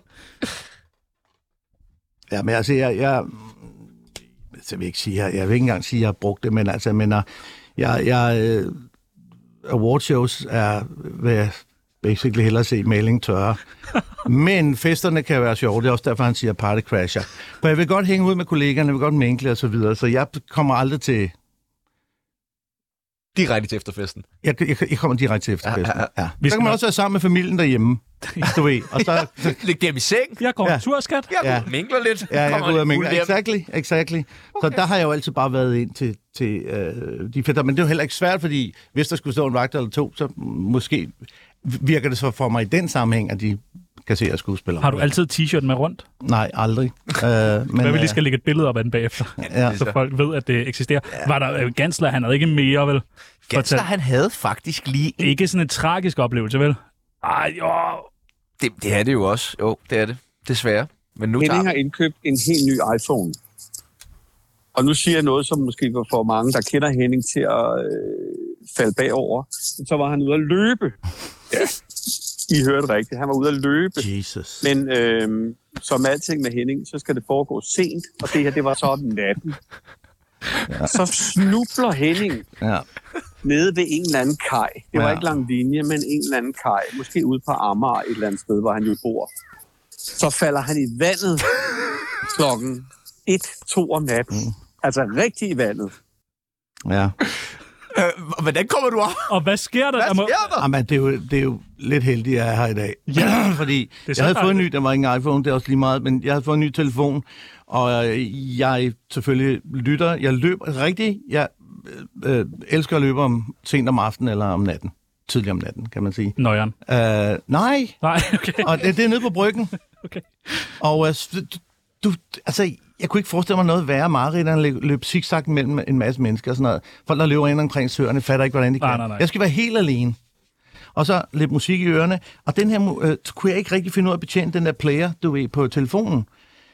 Ja, men altså, jeg, jeg, jeg vil ikke sige, jeg, jeg vil ikke engang sige, at jeg har brugt det, men altså, jeg mener, jeg, jeg, uh, awardshows er, hvad jeg basically hellere se maling tørre. Men festerne kan være sjove, det er også derfor, han siger party crasher. For jeg vil godt hænge ud med kollegerne, jeg vil godt mænkle og så videre, så jeg kommer aldrig til... Direkte til efterfesten? Jeg, jeg, jeg kommer direkte til efterfesten, ja. ja, ja. Vi Så kan man også være sammen med familien derhjemme, du ved. Og så, så, Læg dem i seng. Jeg går Ja. en tur, skat. Jeg Ja. ja. mingler lidt. Ja, jeg går ud og mængder. Hjem. Exactly, exactly. Okay. Så der har jeg jo altid bare været ind til, til øh, de fætter. Men det er jo heller ikke svært, fordi hvis der skulle stå en vagt eller to, så måske virker det så for mig i den sammenhæng, at de kan se, at jeg skuespiller. Har du altid t-shirt med rundt? Nej, aldrig. øh, men, Hvad vi lige skal lægge et billede op af den bagefter, Ja. så folk ved, at det eksisterer. Ja. Var der øh, Gansler, han havde ikke mere, vel? Gansler, Fortalt. han havde faktisk lige en... Ikke sådan en tragisk oplevelse, vel? Ej, jo. Det, det er det jo også. Jo, det er det. Desværre. Men nu tager Henning har indkøbt en helt ny iPhone. Og nu siger jeg noget, som måske for mange, der kender Henning, til at øh, falde bagover. Så var han ude at løbe ja, I hørte rigtigt. Han var ude at løbe. Jesus. Men øh, som alting med Henning, så skal det foregå sent, og det her, det var så om natten. Ja. Så snubler Henning ja. nede ved en eller anden kaj. Det var ja. ikke lang linje, men en eller anden kaj. Måske ude på Amager et eller andet sted, hvor han jo bor. Så falder han i vandet klokken et, to om natten. Mm. Altså rigtig i vandet. Ja. Øh, hvordan kommer du op? Og hvad sker der? Hvad sker der? Jamen, det er, jo, det er jo lidt heldigt, at jeg er her i dag. Ja. Fordi jeg havde fået en ny, der var ikke en iPhone, det er også lige meget, men jeg havde fået en ny telefon, og jeg selvfølgelig lytter. Jeg løber rigtigt. Jeg øh, elsker at løbe om sent om aftenen eller om natten. Tidlig om natten, kan man sige. Nøjeren. Uh, nej. Nej, okay. Og det, det er nede på bryggen. Okay. Og uh, du, du, altså, jeg kunne ikke forestille mig noget værre mareridt, end at løbe zigzag mellem en masse mennesker og sådan noget. Folk, der løber ind omkring søerne, fatter ikke, hvordan de kan. Nej, nej, nej. Jeg skal være helt alene. Og så lidt musik i ørerne. Og den her, øh, kunne jeg ikke rigtig finde ud af at betjene den der player, du ved, på telefonen.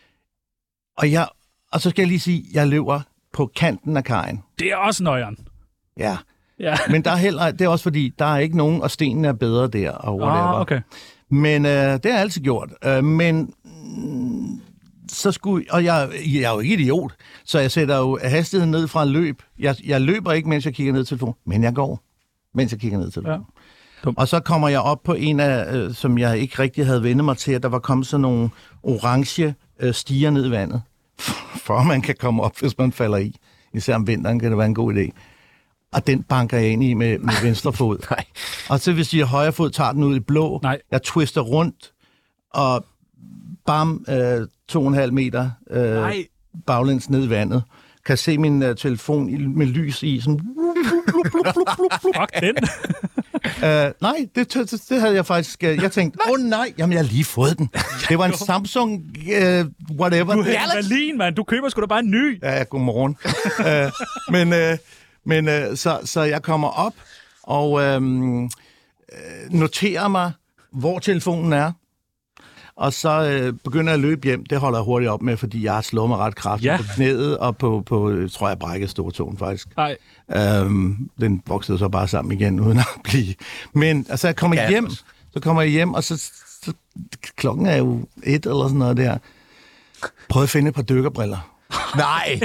Og, jeg, og så skal jeg lige sige, at jeg løber på kanten af kajen. Det er også nøjeren. Ja. Ja. Men der er heller, det er også fordi, der er ikke nogen, og stenene er bedre der. Og whatever. Ah, okay. Men øh, det har jeg altid gjort. Øh, men mm, så skulle, og jeg, jeg er jo ikke idiot, så jeg sætter jo hastigheden ned fra en løb. Jeg, jeg løber ikke, mens jeg kigger ned til telefonen, men jeg går, mens jeg kigger ned til telefonen. Ja. Og så kommer jeg op på en af, øh, som jeg ikke rigtig havde vendt mig til, at der var kommet sådan nogle orange øh, stiger ned i vandet, for man kan komme op, hvis man falder i. Især om vinteren kan det være en god idé. Og den banker jeg ind i med, med venstre fod. Nej. Og så hvis jeg højre fod tager den ud i blå, Nej. jeg twister rundt, og bam, øh, to og en halv meter øh, baglæns ned i vandet. Kan se min øh, telefon i, med lys i, sådan... Fuck den. uh, nej, det, det, det havde jeg faktisk... Uh, jeg tænkte, åh oh, nej, jamen jeg har lige fået den. Det var en Samsung, uh, whatever. Du er Berlin, mand. Du køber sgu da bare en ny. Ja, godmorgen. uh, men uh, men uh, så, så jeg kommer op og uh, noterer mig, hvor telefonen er. Og så øh, begynder jeg at løbe hjem. Det holder jeg hurtigt op med, fordi jeg har slået mig ret kraftigt ja. på knæet og på, på tror jeg, brækket stortåen faktisk. Nej. Øhm, den voksede så bare sammen igen, uden at blive... Men altså, jeg kommer ja, hjem, så kommer jeg hjem, og så, så... Klokken er jo et eller sådan noget der. Prøv at finde et par dykkerbriller. Nej!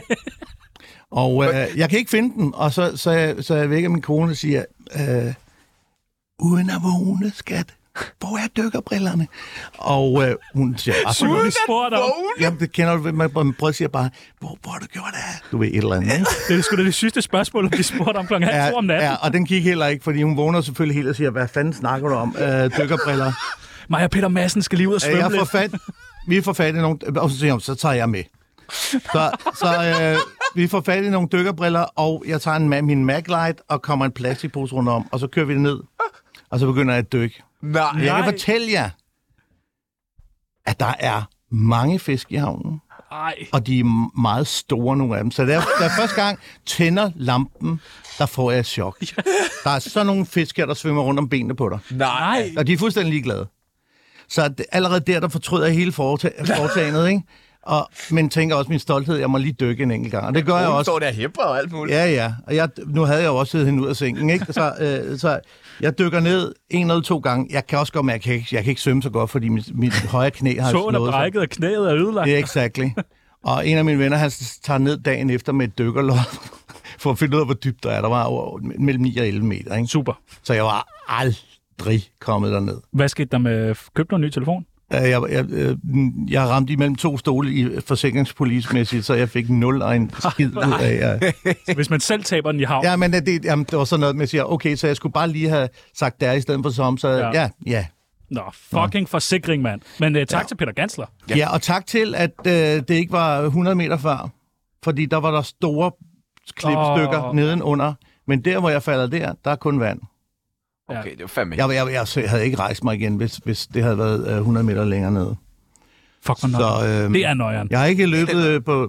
Og øh, jeg kan ikke finde dem, og så, så, jeg, så jeg vækker min kone og siger, øh, uden at vågne, skat. Hvor er dykkerbrillerne? Og øh, hun siger... Så du spurgte om? Jamen, det kender du. Man prøver at sige bare, hvor, hvor har du gjort det? Du ved, et eller andet. Ikke? Det er sgu da det sidste spørgsmål, vi spurgte om klokken halv to om natten. Ja, og den gik heller ikke, fordi hun vågner selvfølgelig helt og siger, hvad fanden snakker du om? Øh, dykkerbriller. Mig og Peter Madsen skal lige ud og svømme jeg lidt. Fat, vi får fat i nogle... Og så siger hun, så tager jeg med. Så, så øh, vi får fat i nogle dykkerbriller, og jeg tager en, min Maglite og kommer en plastikpose rundt om, og så kører vi det ned, og så begynder jeg at dykke. Nej. Jeg kan fortælle jer, at der er mange fisk i havnen. Ej. Og de er meget store, nogle af dem. Så da jeg, da jeg første gang tænder lampen, der får jeg et chok. Der er sådan nogle fisk her, der svømmer rundt om benene på dig. Nej. Og de er fuldstændig ligeglade. Så det, allerede der, der fortryder jeg hele foretag- foretagendet, ikke? Og, men tænker også min stolthed, jeg må lige dykke en enkelt gang. Og det gør Hun jeg også. står der hipper og alt muligt. Ja, ja. Og jeg, nu havde jeg jo også siddet hende ud af sengen, ikke? Så, øh, så jeg dykker ned en eller to gange. Jeg kan også godt mærke, at jeg, jeg kan ikke svømme så godt, fordi mit, mit højre knæ har slået sig. Såen er brækket, og knæet er ødelagt. Det er exactly. Og en af mine venner, han tager ned dagen efter med et dykkerlod, for at finde ud af, hvor dybt der er. Der var over mellem ni og elleve meter, ikke? Super. Så jeg var aldrig kommet derned. Hvad skete der med... Købte du en ny telefon? Jeg, jeg, jeg, jeg ramte imellem to stole i forsikringspolismæssigt, så jeg fik nul og en skid ud af. Ja. Hvis man selv taber den i havn. Ja, men det, jamen, det var sådan noget med at sige, okay, så jeg skulle bare lige have sagt der i stedet for som, så ja, ja. ja. Nå, fucking forsikring, mand. Men uh, tak ja. til Peter Gansler. Ja. ja, og tak til, at uh, det ikke var hundrede meter før, fordi der var der store klipstykker oh. nedenunder, men der, hvor jeg falder der, der er kun vand. Okay, det var fandme. Jeg, jeg, jeg, jeg havde ikke rejst mig igen, hvis, hvis det havde været uh, hundrede meter længere nede. Fuck, så, øh, det er nøjeren. Jeg har ikke løbet øh, på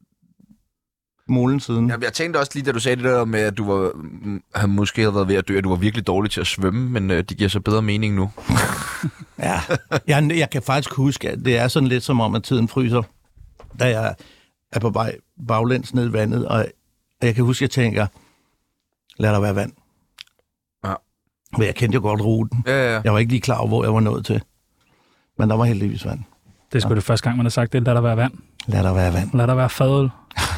målen siden. Jamen, jeg tænkte også lige, da du sagde det der med, at du var, han måske havde været ved at dø, at du var virkelig dårlig til at svømme, men øh, det giver så bedre mening nu. Ja, jeg, jeg kan faktisk huske, at det er sådan lidt som om, at tiden fryser, da jeg er på vej baglæns ned i vandet, og jeg kan huske, at jeg tænker, lad der være vand. Ja. Men jeg kendte jo godt ruten. Ja, ja. Jeg var ikke lige klar over, hvor jeg var nået til. Men der var heldigvis vand. Det er sgu ja. det første gang, man har sagt det. Lad der være vand. Lad der være vand. Lad der være fadøl.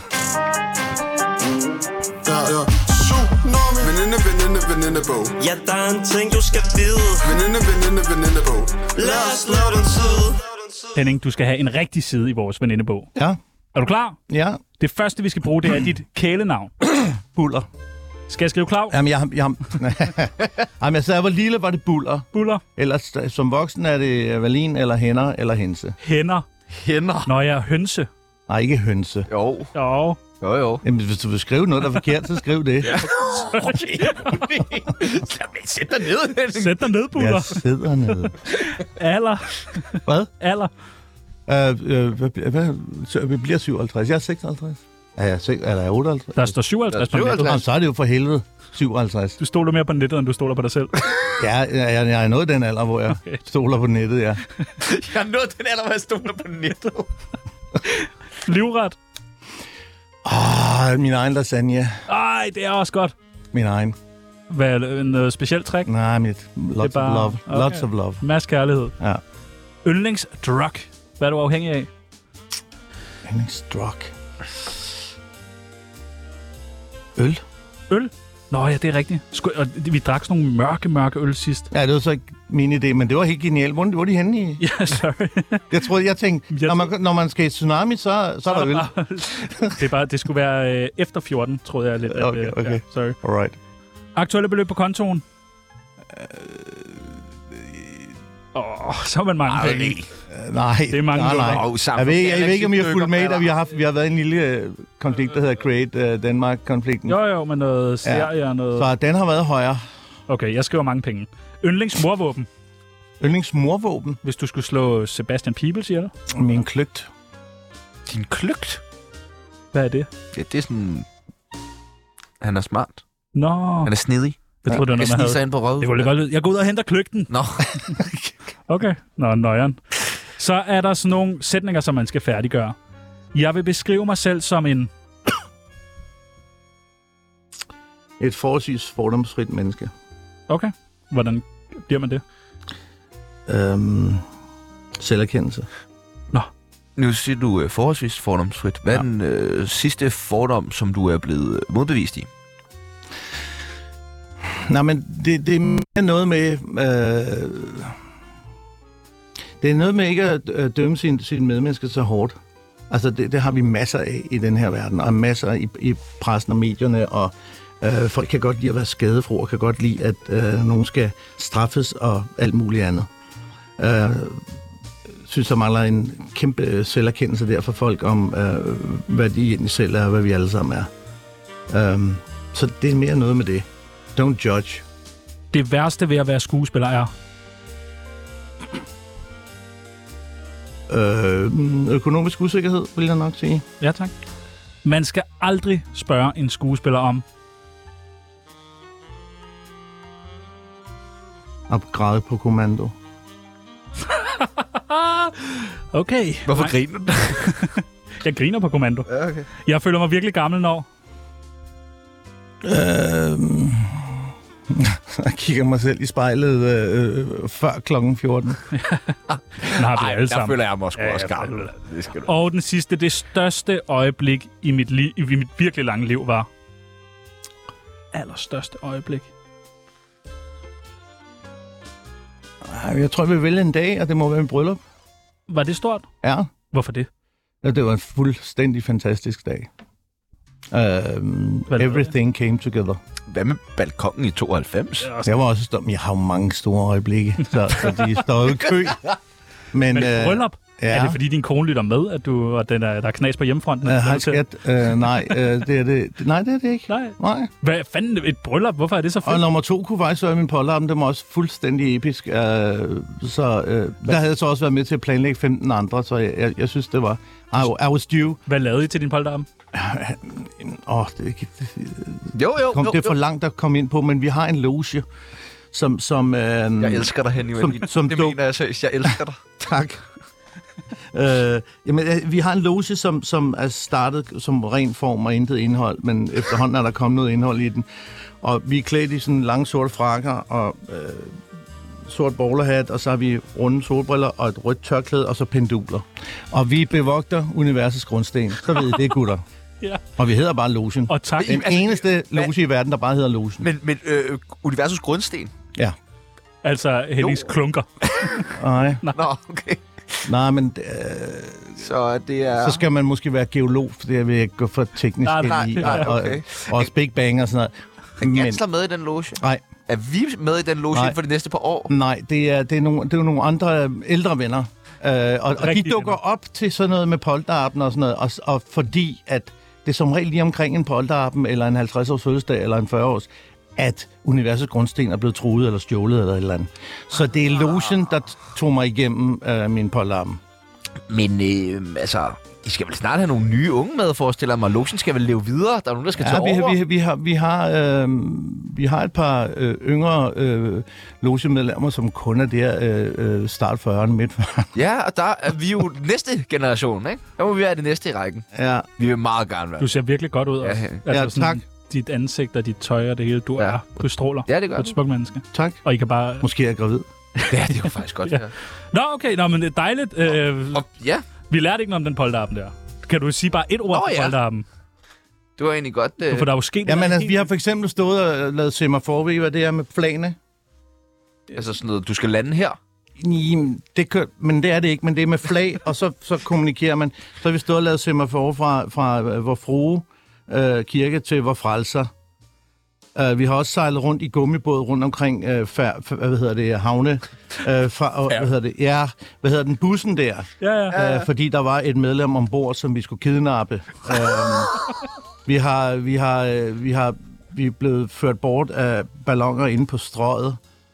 Veninde, veninde, venindebog. Ja, der er en ting, du skal vide. Veninde, veninde, venindebog. Lad os lave den side. Henning, du skal have en rigtig side i vores venindebog. Ja. Er du klar? Ja. Det første, vi skal bruge, det er dit kælenavn. Buller. Skal jeg skrive Klav? Jamen, jeg, jeg, Jamen, jeg, så jeg var lille, var det Buller. Buller. Ellers som voksen er det Valin eller Hænder eller Hense. Hænder. Hænder. Når jeg er hønse. Nej, ikke hønse. Jo. Jo. Jo, jo. Jamen, hvis du vil skrive noget, der er forkert, så skriv det. Ja. Okay. Sæt dig ned, Henning. Sæt dig ned, Buller. Jeg sidder nede. Alder. Hvad? Alder. Uh, uh, hvad, hvad, så vi bliver syvoghalvtreds. Jeg er seksoghalvtreds. Er jeg, sek, er jeg otteoghalvtreds? Der står syvoghalvtreds på nettet. Jamen, så er det jo for helvede syvoghalvtreds. Du stoler mere på nettet, end du stoler på dig selv. Ja, jeg, jeg, jeg er nået den alder, hvor jeg okay. stoler på nettet, ja. Jeg er nået den alder, hvor jeg stoler på nettet. Livret. Ah, min egen lasagne. Ej, det er også godt. Min egen. Hvad, en speciel træk? Nej, mit lots bare... of love. Okay. Lots of love. Mads kærlighed. Ja. Yndlingsdrug. Hvad er du afhængig af? Yndlingsdrug. Øl. Øl? Nå ja, det er rigtigt. Sku- og vi drak sådan nogle mørke, mørke øl sidst. Ja, det var så ikke min idé, men det var helt genialt. Hvor, hvor er de henne i? Ja, sorry. jeg troede, jeg tænkte, jeg når, man, når man skal i tsunami, så, så er der øl. det, er bare, det skulle være øh, efter fjorten, troede jeg lidt. At, okay, okay. Ja, sorry. Alright. Aktuelle beløb på kontoen? Åh, øh, oh, så er man mange Ej, penge. Uh, nej, det er mange nej, nej. Oh, jeg ved, jeg, jeg ved ikke, om I har fulgt med, at vi har, haft, vi har været i en lille uh, konflikt, der hedder Create uh, Denmark-konflikten. Jo, jo, med noget serie ja. og noget... Så den har været højere. Okay, jeg skriver mange penge. Yndlingsmorvåben? Yndlingsmorvåben? Hvis du skulle slå Sebastian Pibel, siger du? Min kløgt. Din kløgt? Hvad er det? Ja, det er sådan... Han er smart. Nå. Han er snedig. Jeg troede, det var noget, man havde. Ind på rød. Det kunne godt lyde. Jeg går ud og henter kløgten. Nå. Okay. Nå, nøjeren. Så er der sådan nogle sætninger, som man skal færdiggøre. Jeg vil beskrive mig selv som en... Et forholdsvis fordomsfrit menneske. Okay. Hvordan bliver man det? Øhm, selverkendelse. Nå. Nu siger du uh, forholdsvis fordomsfrit. Hvad er ja. den øh, sidste fordom, som du er blevet modbevist i? Nej, men det, det er mere noget med... Øh, det er noget med ikke at øh, dømme sin, sin medmennesker så hårdt. Altså, det, det har vi masser af i den her verden, og masser i, i pressen og medierne, og øh, folk kan godt lide at være skadefro, og kan godt lide, at øh, nogen skal straffes og alt muligt andet. Jeg øh, synes, der mangler en kæmpe selverkendelse der for folk om, øh, hvad de egentlig selv er, og hvad vi alle sammen er. Øh, så det er mere noget med det. Don't judge. Det værste ved at være skuespiller er? Øh, økonomisk usikkerhed, vil jeg nok sige. Ja, tak. Man skal aldrig spørge en skuespiller om... At græde på kommando. Okay. Hvorfor Nej. griner du? Jeg griner på kommando. Ja, okay. Jeg føler mig virkelig gammel når... Øhm... Jeg kigger mig selv i spejlet øh, øh, før klokken fjorten. Den har vi Ej, alle der sammen. føler jeg mig også ja, også gammel. Det skal du. Og den sidste, det største øjeblik i mit, li- i mit virkelig lange liv var... Allerstørste øjeblik. Jeg tror, jeg vil vælge en dag, og det må være en bryllup. Var det stort? Ja. Hvorfor det? Ja, det var en fuldstændig fantastisk dag. Um, everything came together. Hvad med balkongen i tooghalvfems? Jeg var også stå- Jeg har jo mange store øjeblikke, så, så de står jo i kø. Men, Men øh, bryllup? Ja. Er det fordi din kone lytter med, at du, og den er, der er knas på hjemmefronten? Uh, hej skat. Uh, nej, uh, det er det. Nej, det er det ikke. Nej. nej. Hvad fanden et bryllup? Hvorfor er det så fedt? Og nummer to kunne faktisk være min polterappen. Det var også fuldstændig episk. Uh, så uh, der havde jeg så også været med til at planlægge femten andre, så jeg, jeg, jeg synes, det var... I, I was due. Hvad lavede I til din polterappen? Åh, oh, det, det, det, jo, jo, kom, jo, det er for jo. langt at komme ind på, men vi har en loge, som... som uh, jeg elsker dig, Henning. Som, som det duk- mener jeg seriøst. Jeg elsker dig. Tak. øh, jamen, vi har en loge, som, som er startet som ren form og intet indhold, men efterhånden er der kommet noget indhold i den. Og vi er klædt i sådan lange sorte frakker og øh, sort bowlerhat, og så har vi runde solbriller og et rødt tørklæde, og så penduler. Og vi bevogter universets grundsten. Så ved I det, gutter. Ja. Og vi hedder bare Logen. Og tak. Den altså, eneste loge i verden, der bare hedder Logen. Men, men øh, universets grundsten? Ja. Altså Hennings klunker. Nej. Nå, okay. Nej, men... Øh, så det er... Så skal man måske være geolog, for det vil jeg gå for teknisk nej, nej, i. nej, okay. Og, og også Big Bang og sådan noget. Er Gansler med i den loge? Nej. Er vi med i den loge for de næste par år? Nej, det er, det er, nogle, det er nogle andre ældre venner. Øh, og, og de dukker venner. op til sådan noget med polterappen og sådan noget, og, og fordi at det er som regel lige omkring en polterappen, eller en halvtreds-års fødselsdag, eller en fyrre-års, at universets grundsten er blevet truet eller stjålet eller et eller andet. Så det er logen, der tog mig igennem øh, min polterappen. Men øh, altså... I skal vel snart have nogle nye unge med, forestiller mig. Logen skal vel leve videre? Der er nogen, der skal ja, tage vi, over? Vi, vi, har, vi, har, øh, vi har et par øh, yngre øh, logemedlemmer, som kun er der øh, start fyrrerne, midt fyrrerne. Ja, og der er vi jo næste generation, ikke? Der må vi være det næste i rækken. Ja. Vi vil meget gerne være. Du ser virkelig godt ud. Ja, også. ja. Altså, ja tak. Dit ansigt og dit tøj og det hele, du, ja. er, du stråler. Ja, det gør du. Du er et smukt menneske. Tak. Og I kan bare... Måske er jeg gravid. Ja, det er jo faktisk godt. ja. Nå, okay. Nå, men det er dejligt. Og, øh, og, ja. Vi lærte ikke noget om den polterappen der. Kan du sige bare et ord Nå, for ja. polterappen? Det var egentlig godt. Øh... For der er jo sket... Jamen, altså, vi har for eksempel stået og lavet semafor, ved I, hvad det er med flagene? Altså sådan noget, du skal lande her? Jamen, det kan, men det er det ikke, men det er med flag, og så, så kommunikerer man. Så har vi stået og lavet semafor fra, fra Vor Frue øh, kirke til Vor Frelser. Uh, vi har også sejlet rundt i gummibåd rundt omkring uh, fær, fær, hvad hedder det, havne. Uh, fra, uh, hvad hedder det? Ja, hvad hedder den bussen der? Ja, ja. Uh, ja, ja. Fordi der var et medlem ombord, som vi skulle kidnappe. Uh, vi har vi har uh, vi har vi er blevet ført bort af balloner inde på strøget.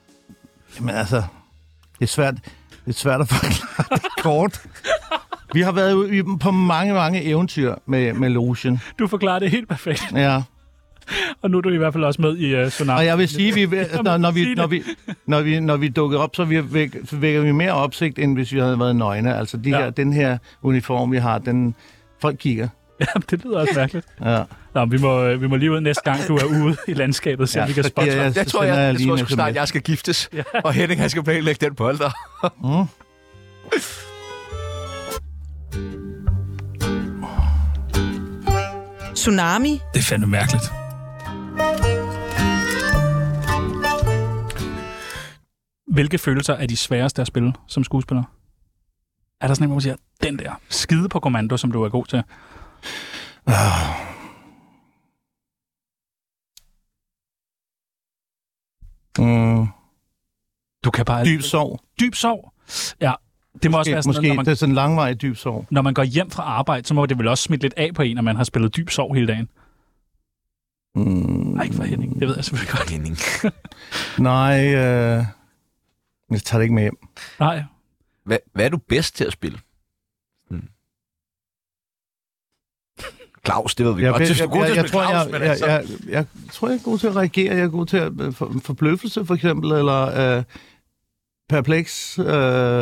Men altså, det er svært, det er svært at forklare det kort. Vi har været ude på mange mange eventyr med med logen. Du forklarer det helt perfekt. Ja. Og nu er du i hvert fald også med i uh, Tsunami. Og jeg vil sige, vi, når, når, vi, når, vi, når, vi, når vi dukker op, så, vi væk, så vækker vi mere opsigt, end hvis vi havde været nøgne. Altså, de ja. her, den her uniform, vi har, den folk kigger. Ja, det lyder også mærkeligt. Ja. Nå, vi må, vi må lige ud næste gang, du er ude i landskabet, så ja, vi kan spotte. Jeg, jeg, jeg tror, jeg, jeg, jeg tror snart, jeg skal giftes, ja. Og Henning, han skal planlægge den polter. mm. Tsunami. Det er fandme mærkeligt. Hvilke følelser er de sværeste at spille som skuespiller? Er der sådan en, hvor man siger, den der skide på kommando, som du er god til? Uh. Mm. Du kan bare... Dyb sorg. Dyb sorg? Ja. Det må måske, også være sådan, måske når man, det er sådan en langvarig dyb sorg. Når man går hjem fra arbejde, så må det vel også smitte lidt af på en, når man har spillet dyb sorg hele dagen. Mm. Nej, ikke for Henning. Det ved jeg selvfølgelig godt. Henning. Nej, øh... jeg tager det ikke med hjem. Nej. Hvad, hvad er du bedst til at spille? Hmm. Claus, det ved vi jeg, godt. Jeg, jeg, jeg, jeg, jeg, tror, Claus, jeg, jeg, jeg, jeg, jeg tror, jeg er god til at reagere. Jeg er god til at uh, for, forbløffelse, for eksempel, eller uh, perpleks. Uh,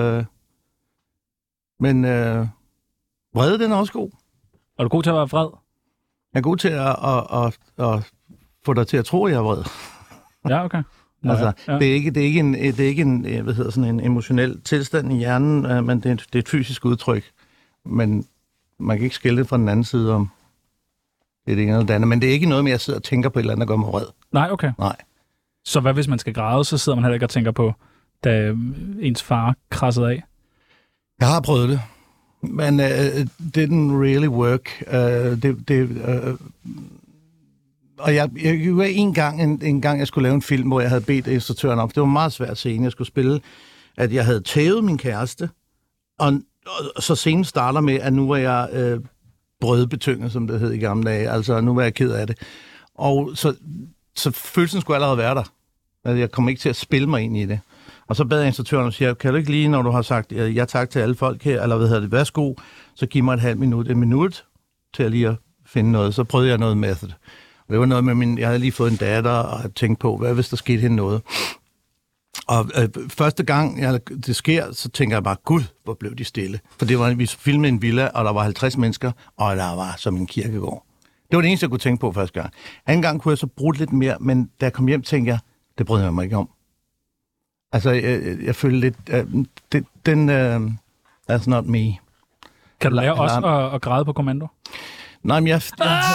men uh, vrede, den er også god. Er du god til at være vred? Jeg er god til at, at, at, at få dig til at tro, at jeg er vred. Ja, okay. Nå, altså, ja. det er ikke, det er ikke en, det er ikke en, hvad hedder sådan en emotionel tilstand i hjernen, uh, men det er, det er et fysisk udtryk. Men man kan ikke skille det fra den anden side om det er det ene eller det andet. Men det er ikke noget med, at jeg sidder og tænker på et eller andet, der gør mig vred. Nej, okay. Nej. Så hvad hvis man skal græde, så sidder man heller ikke og tænker på, da ens far krassede af? Jeg har prøvet det. Men uh, it didn't really work. Uh, det, det, uh, og jeg, jeg var en gang, en, en gang, jeg skulle lave en film, hvor jeg havde bedt instruktøren om. Det var en meget svær scene. Jeg skulle spille, at jeg havde tævet min kæreste, og, og så scenen starter med, at nu var jeg øh, brødbetynget, som det hed i gamle dage. Altså, nu var jeg ked af det. Og så, så følelsen skulle allerede være der. Altså, jeg kom ikke til at spille mig ind i det. Og så bad jeg instruktøren og siger, kan du ikke lige, når du har sagt ja tak til alle folk her, eller hvad hedder det, værsgo, så giv mig et halvt minut, en minut til at lige at finde noget. Så prøvede jeg noget method. Og det var noget med min, jeg havde lige fået en datter, og jeg tænkte på, hvad hvis der skete hende noget? Og øh, første gang jeg, det sker, så tænker jeg bare, gud, hvor blev de stille. For det var, vi filmede en villa, og der var halvtreds mennesker, og der var som en kirkegård. Det var det eneste, jeg kunne tænke på første gang. Anden gang kunne jeg så bruge lidt mere, men da jeg kom hjem, tænkte jeg, det brød jeg mig ikke om. Altså, jeg, jeg følte lidt, uh, det, den, uh, that's not me. Kan du lære også at, at græde på kommando? Nej, men jeg... jeg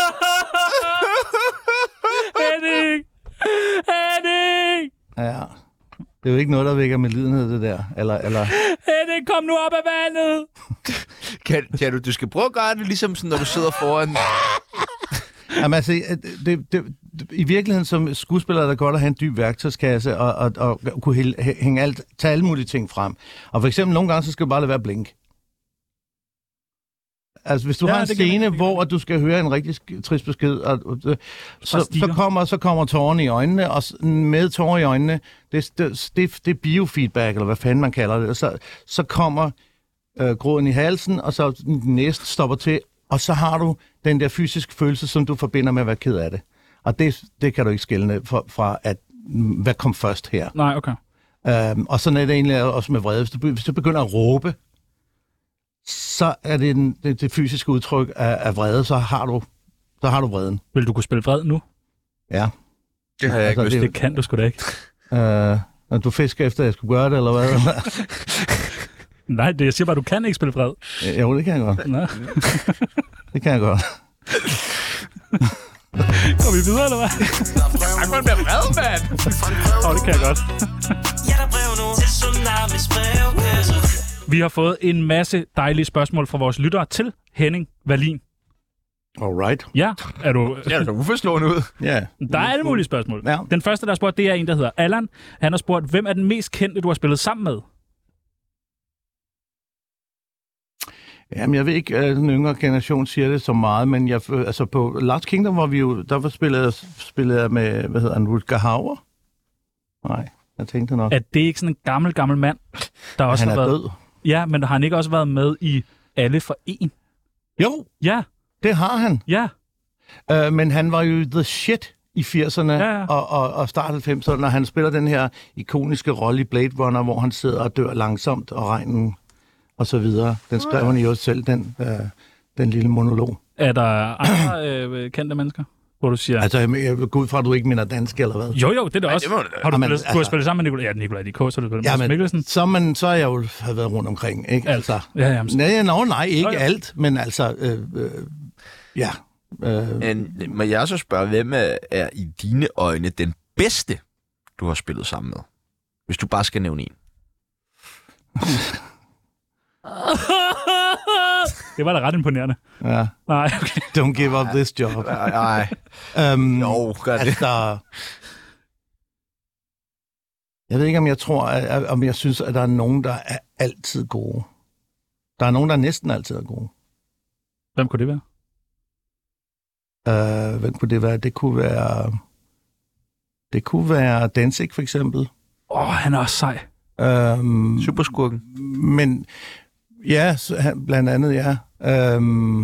Henning! Henning! ja, det er jo ikke noget, der vækker med lidenhed, det der. Eller, eller... Henning, kom nu op af vandet! Kan, kan du, du skal prøve at gøre det, ligesom sådan, når du sidder foran... Jamen altså, det, det, det, i virkeligheden som skuespiller er det godt at have en dyb værktøjskasse og, og, og kunne hæ- hænge alt, tage alle mulige ting frem. Og for eksempel nogle gange, så skal du bare lade være blink. Altså, hvis du ja, har en scene, hvor du skal høre en rigtig trist besked, og, og, så, så, kommer, så kommer tårerne i øjnene, og med tårer i øjnene, det, det, det, det er biofeedback, eller hvad fanden man kalder det, og så, så kommer øh, gråden i halsen, og så den næste stopper til, og så har du den der fysiske følelse, som du forbinder med at være ked af det. Og det, det kan du ikke skelne fra, fra, at hvad kom først her. Nej, okay. Øhm, og sådan er det egentlig også med vrede. Hvis du, hvis du begynder at råbe, så er det den, det, det fysiske udtryk af, af vrede, så har du så har du vreden. Vil du kunne spille vred nu? Ja. Det har jeg ikke altså, det, det kan du sgu da ikke. Øh, når du fisker efter, at jeg skulle gøre det, eller hvad? Nej, det, jeg siger bare, du kan ikke spille vred. Ja, jo, det kan jeg godt. Nej. Det kan jeg godt. Går vi videre, eller hvad? Ej, man bliver vred, mand! Åh, oh, det kan jeg godt. Vi har fået en masse dejlige spørgsmål fra vores lyttere til Henning Wallin. Alright. Ja, er du... Ja, du er uforstående ud. Ja. Der er alle mulige spørgsmål. Ja. Den første, der har spurgt, det er en, der hedder Allan. Han har spurgt, hvem er den mest kendte, du har spillet sammen med? Jamen, jeg ved ikke, at den yngre generation siger det så meget, men jeg, altså på Last Kingdom, hvor vi jo, der var spillet, spillet med, hvad hedder han, Rutger Hauer? Nej, jeg tænkte nok. At det er ikke sådan en gammel, gammel mand, der også han har er været... død. Ja, men har han ikke også været med i Alle for en? Jo, Ja, det har han. ja. Uh, men han var jo the shit i firserne Ja, ja. og, og, og start halvfemserne, når han spiller den her ikoniske rolle i Blade Runner, hvor han sidder og dør langsomt, og regnen og så videre. Den skrev han jo selv, den, uh, den lille monolog. Er der andre øh, kendte mennesker, hvor du siger... Altså, jeg, jeg går ud fra, at du ikke mener dansk, eller hvad? Jo, jo, det er det også. det må det har du, Jamen, spillet, altså- du har spillet sammen med Nicolai, ja, Nicolai D K, så har du spillet med Ja, Mads men Mikkelsen. så, man, så har jeg jo har været rundt omkring, ikke? Alt. Altså, Ja, jamen, nej, no, nej, ikke Jo, jo. alt, men altså, øh, øh, ja. Øh, Men må jeg så spørge, hvem er, er i dine øjne den bedste, du har spillet sammen med? Hvis du bare skal nævne en. Det var da ret imponerende. ja. Nej, okay. Don't give up this job. Nej. Um, Jo, gør det. Altså, jeg ved ikke, om jeg tror, at, om jeg synes, at der er nogen, der er altid gode. Der er nogen, der næsten altid er gode. Hvem kunne det være? Uh, hvem kunne det være? Det kunne være... Det kunne være Danzig, for eksempel. Åh, oh, han er også sej. Um, Superskurken. Men ja, så han- blandt andet, ja. Um,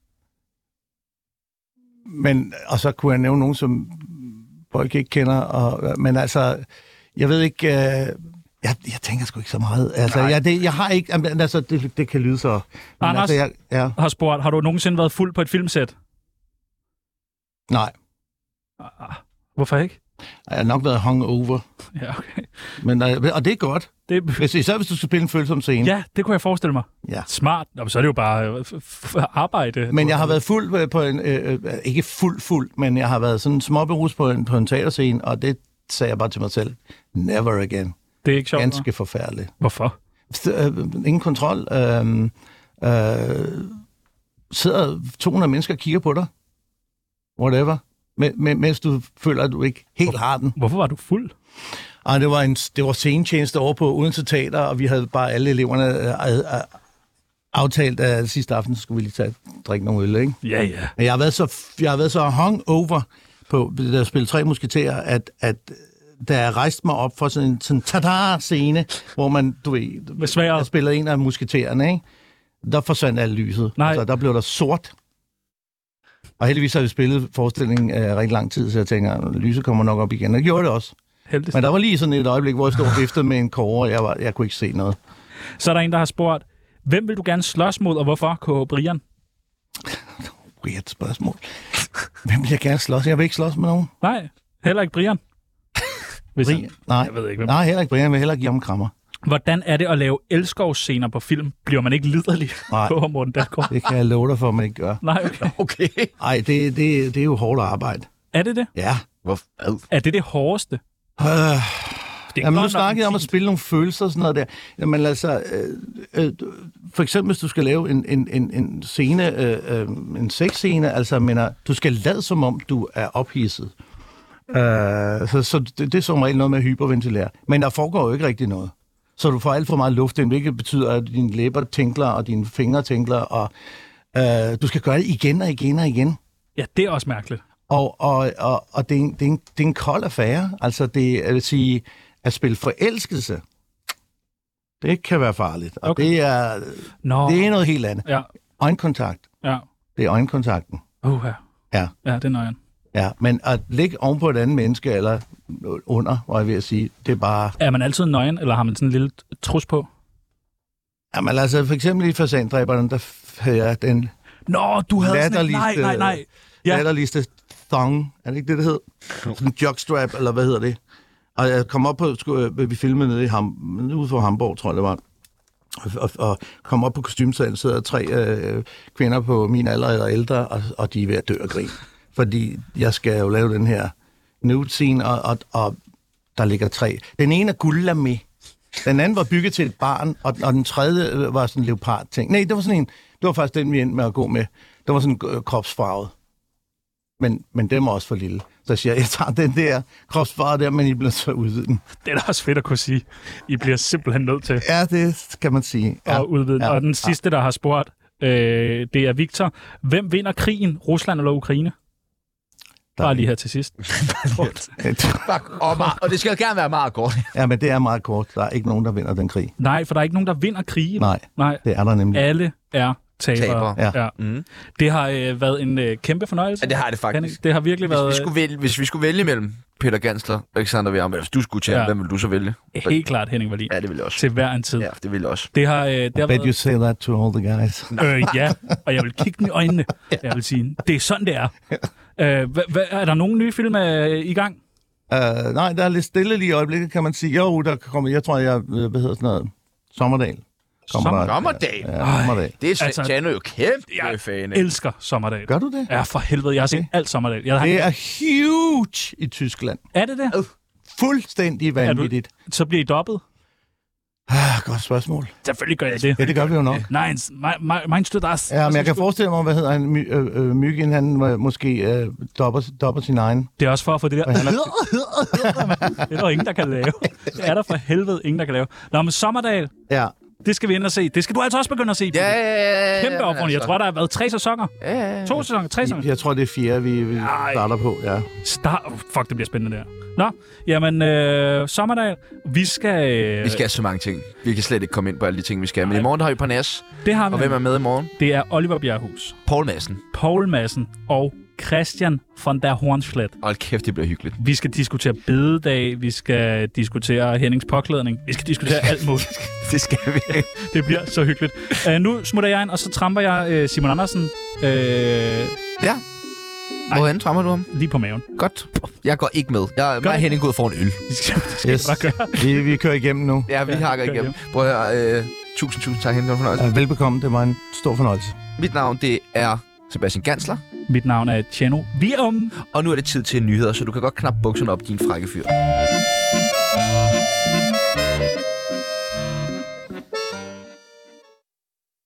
men, og så kunne jeg nævne nogen, som folk ikke kender. Og, men altså, jeg ved ikke... Uh, jeg, jeg tænker sgu ikke så meget. Altså, jeg, det, jeg har ikke... jamen, Altså, det, det kan lyde så... Men Anders? altså, jeg, ja, Har spurgt, har du nogensinde været fuld på et filmsæt? nej. Hvorfor ikke? Jeg har nok været hungover. Ja, okay. Men, uh, og det er godt. Det, Hvis, især hvis du skal spille en følsom scene. ja, det kunne jeg forestille mig. Ja. Smart. Nå, men så er det jo bare øh, f- f- arbejde. Men jeg har været fuld på- på en... Øh, øh, ikke fuld fuld, men jeg har været sådan småberus på en, på en teaterscene, og det sagde jeg bare til mig selv. Never again. Det er ikke sjovt. Ganske forfærdeligt. Hvorfor? Øh, ingen kontrol. Øh, øh, sidder to hundrede mennesker og kigger på dig. Whatever. Men, men, mens du føler, at du ikke helt har den. Hvorfor var du fuld? Og det var en det var scenetjeneste over på Odense Teater, og vi havde bare alle eleverne øh, øh, aftalt, at sidste aften så skulle vi lige tage drikke nogle øl, ikke? Ja, ja. Men jeg har været så jeg har været så hungover på det der spil Tre Musketerer, at at da jeg rejste mig op for sådan en sådan tada-scene, hvor man, du ved, Med sværdet. jeg spillede en af musketererne, ikke? Der forsvandt alt lyset. Nej. Altså, der blev der sort. Og heldigvis har vi spillet forestillingen uh, rigtig lang tid, så jeg tænker, lyset kommer nok op igen. Og det gjorde det også. heldigst. Men der var lige sådan et øjeblik, hvor jeg stod og viftede med en kåre, og jeg, var, jeg kunne ikke se noget. Så er der en, der har spurgt, hvem vil du gerne slås mod, og hvorfor, K. Brian? Weird spørgsmål. Hvem vil jeg gerne slås? Jeg vil ikke slås med nogen. Nej, heller ikke Brian. Hvis Brian? han... Nej. Jeg ved ikke, hvem. Nej, heller ikke Brian. Jeg vil heller give ham krammer. Hvordan er det at lave elskovsscener på film? Bliver man ikke liderlig Nej. på Morten Dahlgaard? Det kan jeg love dig for, at man ikke gør. Nej, okay. Okay. Nej, det, det, det er jo hårdt arbejde. Er det det? Ja. Hvor? Er det det hårdeste? Øh. Det er Jamen, nu godt nok snakkede jeg om at fint. spille nogle følelser og sådan noget der. Jamen altså, øh, øh, for eksempel hvis du skal lave en, en, en, en scene, øh, øh, en sexscene, altså mener, du skal lade som om du er ophidset. Øh, så så det, det er som regel noget med at hyperventilere. Men der foregår jo ikke rigtig noget. Så du får alt for meget luft ind, hvilket betyder, at dine læber tænkler, og dine fingre tænkler, og øh, du skal gøre det igen og igen og igen. Ja, det er også mærkeligt. Og, og, og, og det, er en, det, er en, det er en kold affære. Altså, det jeg vil sige, at spille forelskelse, det kan være farligt. Og Okay. det, er, Nå. det er noget helt andet. Ja, Øjenkontakt. ja. Det er øjenkontakten. Uh, ja. Ja. Ja, det er nøjeren. Ja, men at ligge oven på et andet menneske, eller under, var jeg ved at sige, det er bare... Er man altid nøgen, eller har man sådan en lille trus på? Jamen altså, for eksempel i Fasandræberne, der havde jeg den Nå, du havde sådan en... Nej, latterligste, nej, nej. Ja. latterligste thong. Er det ikke det, det hed? Sådan en jockstrap, eller hvad hedder det? Og jeg kom op på, skulle, vi filmede nede i Ham, ude for Hamburg, tror jeg det var. Og, og kom op på kostymsalen, sidder tre øh, kvinder på min alder eller ældre, og, og de er ved at dø og grin. Fordi jeg skal jo lave den her nude scene, og, og, og der ligger tre. Den ene er guldlamé. Den anden var bygget til et barn, og, og den tredje var sådan en leopard-ting. Nej, det var sådan en, det var faktisk den, vi endte med at gå med. Det var sådan øh, kropsfarvet. Men, men den var også for lille. Så jeg siger, jeg tager den der kropsfarve der, men I bliver så udvide den. Det er da også fedt at kunne sige. I bliver simpelthen nødt til Ja, det kan man sige. Ja. at udvide den. Ja. Og den sidste, der har spurgt, øh, det er Victor. Hvem vinder krigen? Rusland eller Ukraine? Bare lige her til sidst. Fuck, og, meget, og det skal gerne være meget godt. Ja, men det er meget kort. Der er ikke nogen, der vinder den krig. Nej, for der er ikke nogen, der vinder krigen. Nej, Nej. det er der nemlig. Alle er tabere. Tabere. Ja. Ja. Mm. Det har øh, været en øh, kæmpe fornøjelse. Ja, det har det faktisk. Henning. Det har virkelig Hvis vi, været skulle vælge, hvis vi skulle vælge mellem Peter Gansler og Alexander Wjerm, hvis du skulle tage, Ja. ja. hvem vil du så vælge? helt klart Henning Wallin. Ja, det vil jeg også. Til hver en tid. Ja, det vil jeg også. Det har, øh, det har I bet været... you say that to all the guys. Øh, ja, og jeg vil kigge dem i øjnene. Jeg vil sige, det er sådan, det er. Øh, hva, hva, er der nogle nye film øh, i gang? Uh, nej, der er lidt stille lige i øjeblikket, kan man sige. Jo, der kommer, jeg tror, jeg, øh, hvad hedder sådan noget, Sommerdal. Kommer der- Sommerdal? Ja, Sommerdal. Det er Altså, Tjano jo kæmpe jeg fan af. elsker Sommerdal. Gør du det? Ja, for helvede. Jeg har set Okay. alt Sommerdal. Jeg har... Det er huge i Tyskland. Er det det? Fuldstændig vanvittigt. Så bliver I dobbet? Ah, godt spørgsmål. Selvfølgelig gør jeg det. Ja, det gør vi jo nok. Nej, mein du das? Ja, men jeg kan forestille mig, hvad hedder han, My, øh, øh, Myggen, han øh, måske øh, dopper, dopper sin egen. Det er også for at få det der... Og han er- Det er der ingen, der kan lave. Det er der for helvede ingen, der kan lave. Nå, men Sommerdal, Ja, det skal vi ind og se. Det skal du altså også begynde at se. Ja, ja, ja, ja. Kæmpe opfordring. Jeg tror, der har været tre sæsoner. Ja, ja, ja. To sæsoner, tre sæsoner. jeg tror, det er fire, vi, vi Ej. starter på. Ja. Start... Oh, fuck, det bliver spændende der. Nå, jamen, øh, Sommerdal, vi skal... Øh, Vi skal have så mange ting. Vi kan slet ikke komme ind på alle de ting, vi skal. Men i morgen der har vi Parnas. Det har vi. Og hvem er med i morgen? Det er Oliver Bjerrehus, Poul Madsen. Poul Madsen og Christian von der Hornslet. Hold kæft, det bliver hyggeligt. Vi skal diskutere bededag, vi skal diskutere Hennings påklædning, vi skal diskutere alt muligt. Det skal vi. Det bliver så hyggeligt. Uh, nu smutter jeg ind, og så tramper jeg uh, Simon Andersen uh, Ja. Hvorhen trammer du ham? lige på maven. Godt. Jeg går ikke med. Jeg Gør er det. Henning gået for en øl. Det skal, det skal Yes. jeg bare gøre. Vi, vi kører igennem nu. Ja, vi Ja, hakker kør igennem. Prøv at høre. Øh, tusind, tusind tak, Henning. Det var en fornøjelse. Ja, velbekomme, det var en stor fornøjelse. Mit navn, det er Sebastian Gansler. Mit navn er Tjano Virum. Og nu er det tid til nyheder, så du kan godt knappe bukserne op, din frække fyr.